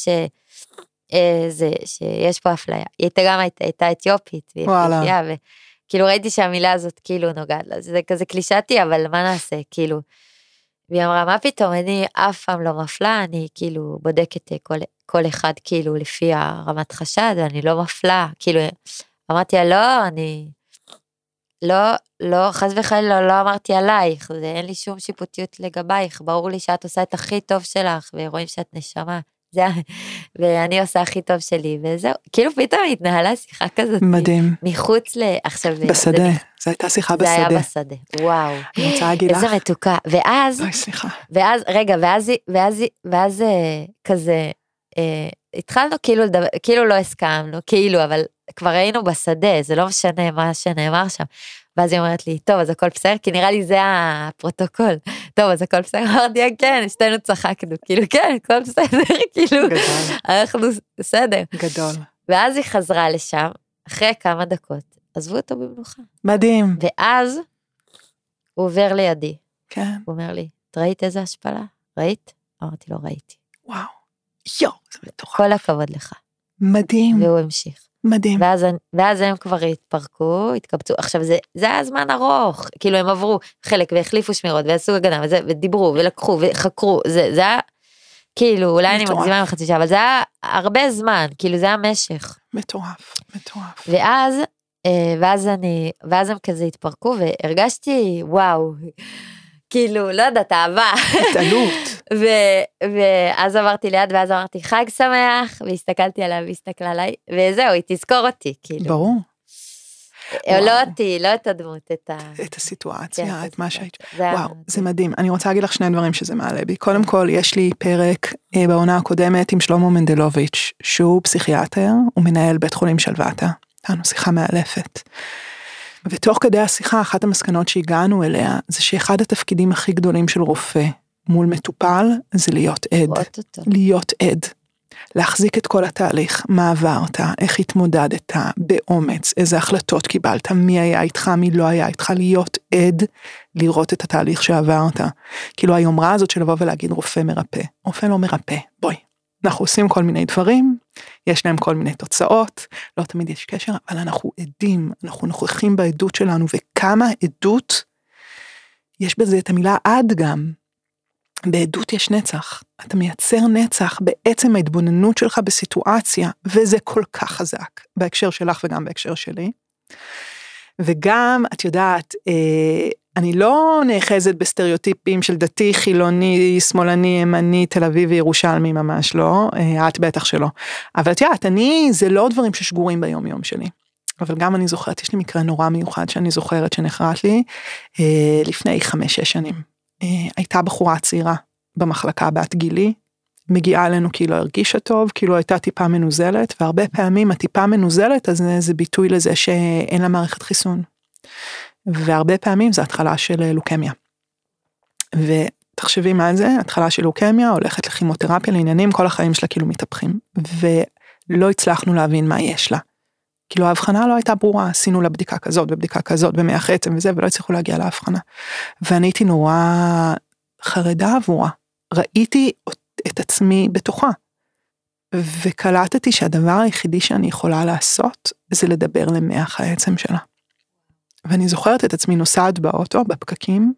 שיש פה אפליה. היא גם הייתה אתיופית, וכאילו ראיתי שהמילה הזאת כאילו נוגעת לה, זה כזה קלישתי, אבל מה נעשה, כאילו. והיא אמרה, מה פתאום, אני אף פעם לא מפלה, אני כאילו בודקת כל אחד כאילו לפי הרמת חשד, ואני לא מפלה, כאילו, אמרתי לה, לא, אני, לא, חס וחלילה, לא אמרתי עלייך, אין לי שום שיפוטיות לגבייך, ברור לי שאת עושה את הכי טוב שלך, ורואים שאת נשמה, ואני עושה הכי טוב שלי, וזהו, כאילו פתאום התנהלה שיחה כזאת. מדהים. מחוץ עכשיו. בשדה, זו הייתה שיחה בשדה. זה היה בשדה, וואו. אני רוצה להגיד לך. איזה מתוקה, ואז, אוי, סליחה. ואז כזה, התחלנו כאילו לא הסכמנו, כאילו, אבל כבר היינו בשדה, זה לא משנה מה שנאמר שם. ואז היא אומרת לי, טוב, אז הכל בסדר, כי נראה לי זה הפרוטוקול. טוב, אז הכל בסדר, אמרתי, כן, שתינו צחקנו, כאילו, כן, הכל בסדר, כאילו, אנחנו בסדר. גדול. ואז היא חזרה לשם, אחרי כמה דקות, עזבו אותו במנוחה. מדהים. ואז הוא עובר לידי. כן. הוא אומר לי, את ראית איזה השפלה? ראית? אמרתי לו, ראיתי. וואו, יו, זה מטורף. כל הכבוד לך. מדהים. והוא המשיך. מדהים. ואז הם כבר התפרקו, התקבצו, עכשיו זה היה זמן ארוך, כאילו הם עברו חלק והחליפו שמירות ועשו הגנה ודיברו ולקחו וחקרו, זה היה כאילו אולי אני מגזימה מחצי שעה, אבל זה היה הרבה זמן, כאילו זה היה משך. מטורף, מטורף. ואז הם כזה התפרקו והרגשתי וואו, כאילו לא יודעת אהבה. התעלות. ואז עברתי ליד, ואז אמרתי חג שמח, והסתכלתי עליו, והסתכלה עליי, וזהו, היא תזכור אותי, כאילו. ברור. לא אותי, לא את הדמות, את הסיטואציה, את מה שהיית. וואו, זה מדהים. אני רוצה להגיד לך שני דברים שזה מעלה בי. קודם כל, יש לי פרק בעונה הקודמת עם שלמה מנדלוביץ', שהוא פסיכיאטר, הוא מנהל בית חולים שלוותה. הייתה שיחה מאלפת. ותוך כדי השיחה, אחת המסקנות שהגענו אליה, זה שאחד התפקידים הכי גדולים של רופא מול מטופל, זה להיות עד. להיות עד. להחזיק את כל התהליך, מה עברת, איך התמודדת, באומץ, איזה החלטות קיבלת, מי היה איתך, מי לא היה איתך, להיות עד, לראות את התהליך שעברת. כאילו היומרה הזאת של לבוא ולהגיד רופא מרפא. רופא לא מרפא, בואי. אנחנו עושים כל מיני דברים, יש להם כל מיני תוצאות, לא תמיד יש קשר, אבל אנחנו עדים, אנחנו נוכחים בעדות שלנו, וכמה עדות, יש בזה את המילה עד גם, בעדות יש נצח, אתה מייצר נצח בעצם ההתבוננות שלך בסיטואציה, וזה כל כך חזק, בהקשר שלך וגם בהקשר שלי, וגם, את יודעת, אני לא נאחזת בסטריאוטיפים של דתי, חילוני, שמאלני, ימני, תל אביב וירושלמי, ממש לא, את בטח שלא. אבל את יודעת, זה לא דברים ששגורים ביום יום שלי. אבל גם אני זוכרת, יש לי מקרה נורא מיוחד שאני זוכרת שנחרט לי, לפני 5-6 שנים. הייתה בחורה צעירה במחלקה בת גילי, מגיעה אלינו כי לא הרגישה טוב, כאילו הייתה טיפה מנוזלת, והרבה פעמים הטיפה מנוזלת, אז זה ביטוי לזה שאין לה מערכת חיסון. והרבה פעמים זה התחלה של לוקמיה. ותחשבי מה זה, התחלה של לוקמיה, הולכת לכימותרפיה לעניינים, כל החיים שלה כאילו מתהפכים, ולא הצלחנו להבין מה יש לה. כאילו ההבחנה לא הייתה ברורה, עשינו לה בדיקה כזאת ובדיקה כזאת, במח עצם וזה, ולא הצליחו להגיע להבחנה. ואני הייתי נורא חרדה עבורה, ראיתי את עצמי בתוכה, וקלטתי שהדבר היחידי שאני יכולה לעשות, זה לדבר למח העצם שלה. ואני זוכרת את עצמי נוסעת באוטו, בפקקים,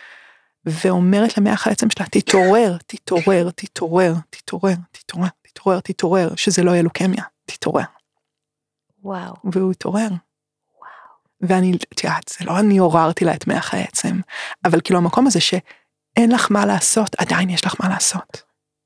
ואומרת למח העצם שלה, תתעורר, תתעורר, תתעורר, תתעורר, תתעורר, תתעורר, תתעורר, שזה לא יהיה לוקמיה, תתעורר. וואו. והוא התעורר. וואו. ואני, תיאת, זה לא אני עוררתי לה את מח העצם, אבל כאילו המקום הזה שאין לך מה לעשות, עדיין יש לך מה לעשות.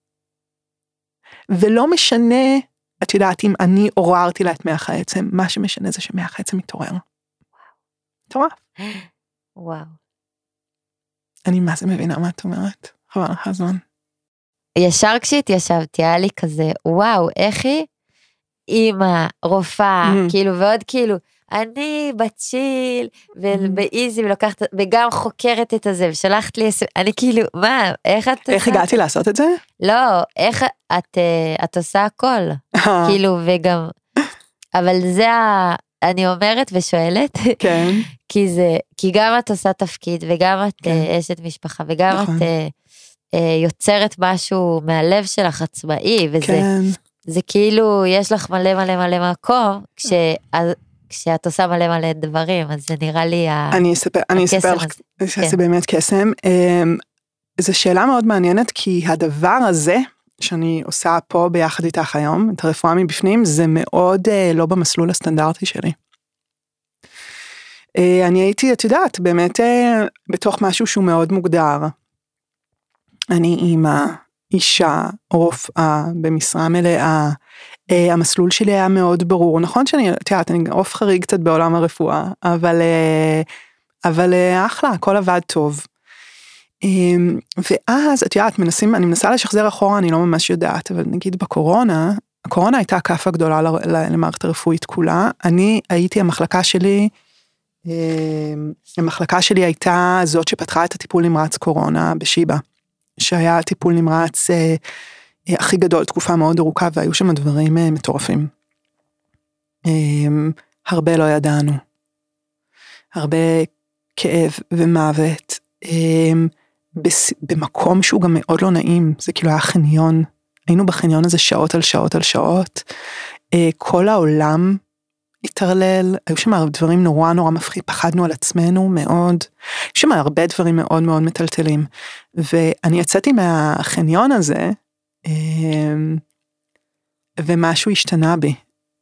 ולא משנה, את יודעת, אם אני עוררתי לה את מח העצם, מה שמשנה זה שמח העצם מתעורר. תורה. וואו. אני מה זה מבינה מה את אומרת? חבל לך הזמן. ישר כשהתיישבתי, היה לי כזה, וואו, איך היא? אמא, רופאה, כאילו, ועוד כאילו, אני בצ'יל, ובאיזי, ולוקחת, וגם חוקרת את הזה, ושלחת לי, אני כאילו, מה, איך את... איך הגעתי לעשות את זה? לא, איך את עושה הכל, כאילו, וגם, אבל זה אני אומרת ושואלת, כן. כי גם את עושה תפקיד, וגם את אשת משפחה, וגם את יוצרת משהו מהלב שלך עצמאי, וזה כאילו, יש לך מלא מלא מלא מקום, כשאת עושה מלא מלא דברים, אז זה נראה לי אני אספר לך, זה באמת קסם. זו שאלה מאוד מעניינת, כי הדבר הזה, שאני עושה פה ביחד איתך היום, את הרפואה מבפנים, זה מאוד לא במסלול הסטנדרטי שלי. אני הייתי, את יודעת, באמת בתוך משהו שהוא מאוד מוגדר. אני אימא, אישה או רופאה במשרה מלאה, המסלול שלי היה מאוד ברור, נכון שאני עוף חריג קצת בעולם הרפואה, אבל אחלה, הכל עבד טוב. ואז, את יודעת, אני מנסה לשחזר אחורה, אני לא ממש יודעת, אבל נגיד בקורונה, הקורונה הייתה כף הגדולה למערכת הרפואית כולה, אני הייתי, המחלקה שלי הייתה זאת שפתחה את הטיפול נמרץ קורונה בשיבא, שהיה טיפול נמרץ הכי גדול, תקופה מאוד ארוכה, והיו שם דברים מטורפים. הרבה לא ידענו, הרבה כאב ומוות, במקום שהוא גם מאוד לא נעים, זה כאילו היה חניון, היינו בחניון הזה שעות על שעות על שעות, כל העולם התערלל, היו שם דברים נורא נורא מפחיד, פחדנו על עצמנו מאוד, יש שם הרבה דברים מאוד מאוד מטלטלים, ואני יצאתי מהחניון הזה, ומשהו השתנה בי,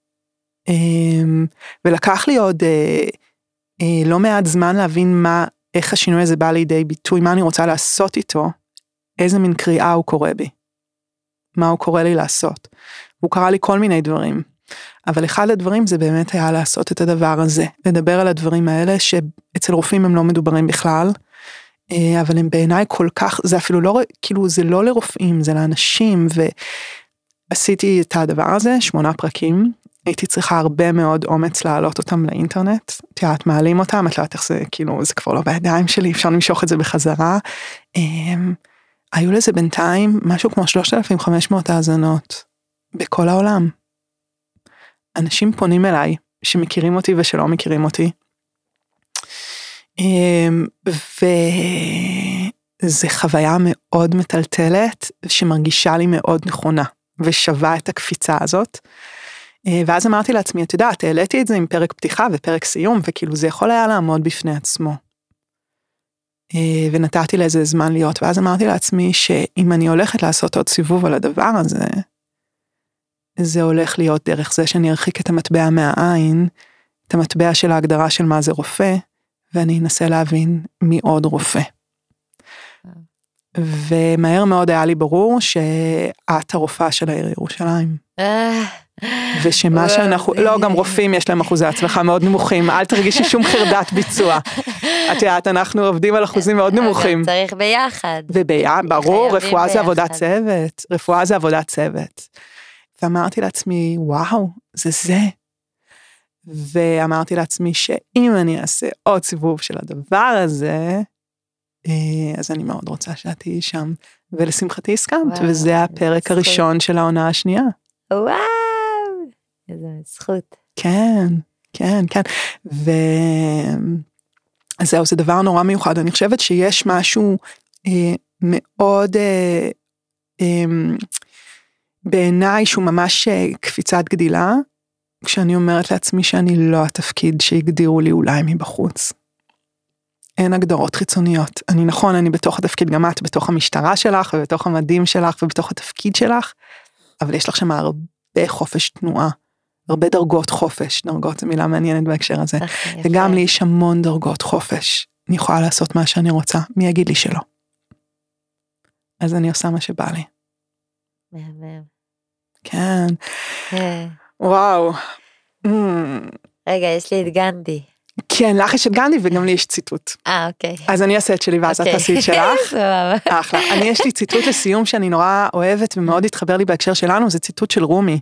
ולקח לי עוד לא מעט זמן להבין איך השינוי הזה בא לידי ביטוי, מה אני רוצה לעשות איתו, איזה מין קריאה הוא קורא בי, מה הוא קורא לי לעשות, הוא קרא לי כל מיני דברים, אבל אחד הדברים זה באמת היה לעשות את הדבר הזה, לדבר על הדברים האלה שאצל רופאים הם לא מדוברים בכלל, אבל הם בעיניי כל כך, זה אפילו לא, כאילו זה לא לרופאים, זה לאנשים, ועשיתי את הדבר הזה, 8 פרקים, הייתי צריכה הרבה מאוד אומץ להעלות אותם לאינטרנט, את מעלים אותם, את לא יודעת איך זה, כאילו זה כבר לא בידיים שלי, אפשר למשוך את זה בחזרה, היו לזה בינתיים משהו כמו 3,500 האזנות, בכל העולם. אנשים פונים אליי, שמכירים אותי ושלא מכירים אותי, וזה חוויה מאוד מטלטלת, שמרגישה לי מאוד נכונה, ושווה את הקפיצה הזאת, ואז אמרתי לעצמי, את יודעת, העליתי את זה עם פרק פתיחה ופרק סיום, וכאילו זה יכול היה לעמוד בפני עצמו, ונתתי לזה זמן להיות, ואז אמרתי לעצמי, שאם אני הולכת לעשות עוד סיבוב על הדבר הזה, זה הולך להיות דרך זה שאני ארחיק את המטבע מהעין, את המטבע של ההגדרה של מה זה רופא, ואני אנסה להבין מי עוד רופא. ומהר מאוד היה לי ברור שאת הרופאה של העיר ירושלים. ושמה שאנחנו, לא, גם רופאים יש להם אחוזי הצלחה מאוד נמוכים, אל תרגישי שום חרדת ביצוע. את יודעת, אנחנו עובדים על אחוזים מאוד נמוכים. צריך ביחד. ברור, רפואה זה עבודת צוות, רפואה זה עבודת צוות. ואמרתי לעצמי, וואו, זה. ואמרתי לעצמי שאם אני אעשה עוד סיבוב של הדבר הזה, אז אני מאוד רוצה שאת תהיי שם, ולשמחתי הסכמת, וזה הפרק הראשון של העונה השנייה. וואו, איזה זכות. כן. אז זהו, זה דבר נורא מיוחד, אני חושבת שיש משהו מאוד בעיניי שהוא ממש קפיצת גדילה, כשאני אומרת לעצמי שאני לא התפקיד שהגדירו לי אולי מבחוץ. אין הגדרות חיצוניות. אני בתוך התפקיד, גם את בתוך המשטרה שלך, ובתוך המדים שלך, ובתוך התפקיד שלך, אבל יש לך שם הרבה חופש תנועה, הרבה דרגות חופש, דרגות זו מילה מעניינת בהקשר הזה, וגם לי יש המון דרגות חופש, אני יכולה לעשות מה שאני רוצה, מי יגיד לי שלא? אז אני עושה מה שבא לי. כן. וואו. רגע, יש לי את גנדי. כן, לך יש את גנדי וגם לי יש ציטוט. אוקיי. אז אני אעשה את שלי ואז את תעשי את שלך. אחלה. יש לי ציטוט לסיום שאני נורא אוהבת ומאוד התחבר לי בהקשר שלנו, זה ציטוט של רומי.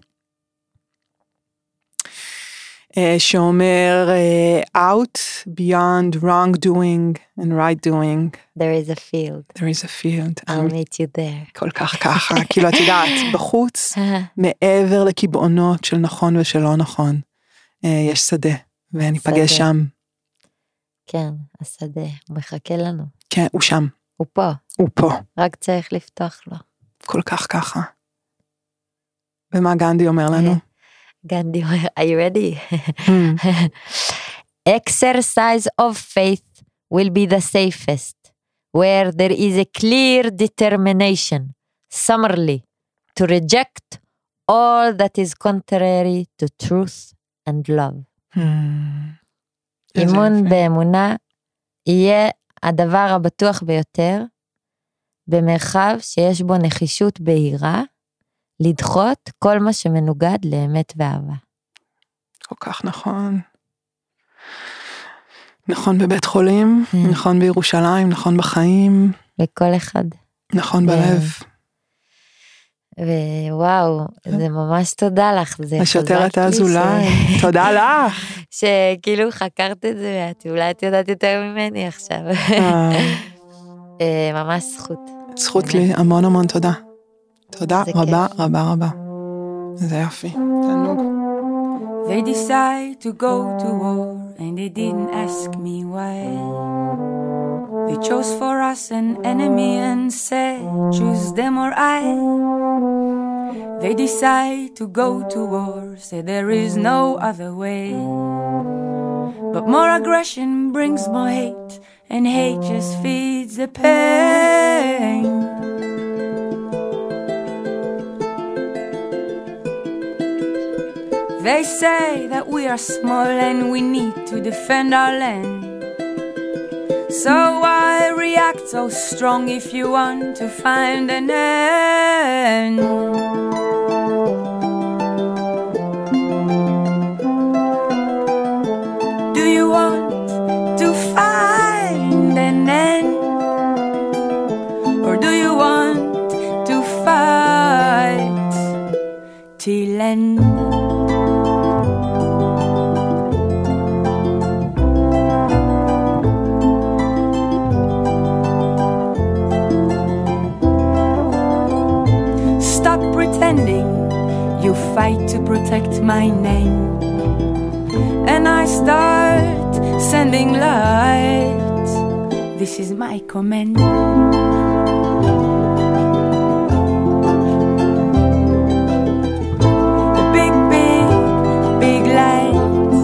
שאומר, out beyond wrongdoing and right doing. There is a field. There is a field. I'll meet you there. כל כך ככה, כאילו את יודעת, בחוץ, מעבר לקבעונות של נכון ושל לא נכון, יש שדה, וניפגש שם. כן, השדה, הוא מחכה לנו. כן, הוא שם. הוא פה. הוא פה. רק צריך לפתוח לו. כל כך ככה. ומה גנדי אומר לנו? גנדי, are you ready? Exercise of faith will be the safest, where there is a clear determination, summarily, to reject all that is contrary to truth and love. אימון באמונה יהיה הדבר הבטוח ביותר, במרחב שיש בו נחישות בהירה, לדחות כל מה שמנוגד לאמת ואהבה. כל כך נכון. נכון בבית חולים, נכון בירושלים, נכון בחיים. בכל אחד. נכון בלב. ווואו, זה ממש תודה לך. השוטרת האזולאי, תודה לך. שכאילו חקרת את זה, אולי את יודעת יותר ממני עכשיו. ממש זכות. זכות לי, המון המון תודה. תודה רבה רבה רבה. זה יפי, תענוג. They decide to go to war and they didn't ask me why. They chose for us an enemy and said choose them or I. They decide to go to war, say there is no other way. But more aggression brings more hate, and hate just feeds the pain. They say that we are small and we need to defend our land. So why react so strong if you want to find an end? Do you want to find an end? Or do you want to fight till end? You fight to protect my name, and I start sending light. This is my command. The big, big, big light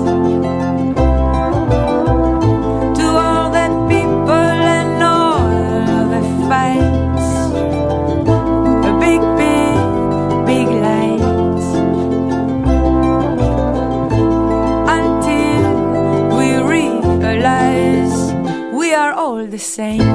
to all the people and all the fights. A big, big, big light. We are all the same.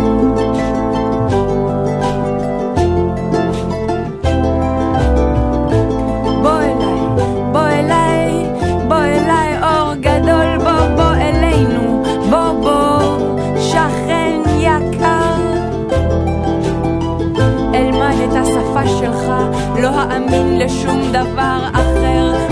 בוא אליי, אור גדול, בוא אלינו, בוא, שכן יקר. אלמד את השפה שלך, לא האמין לשום דבר אחר.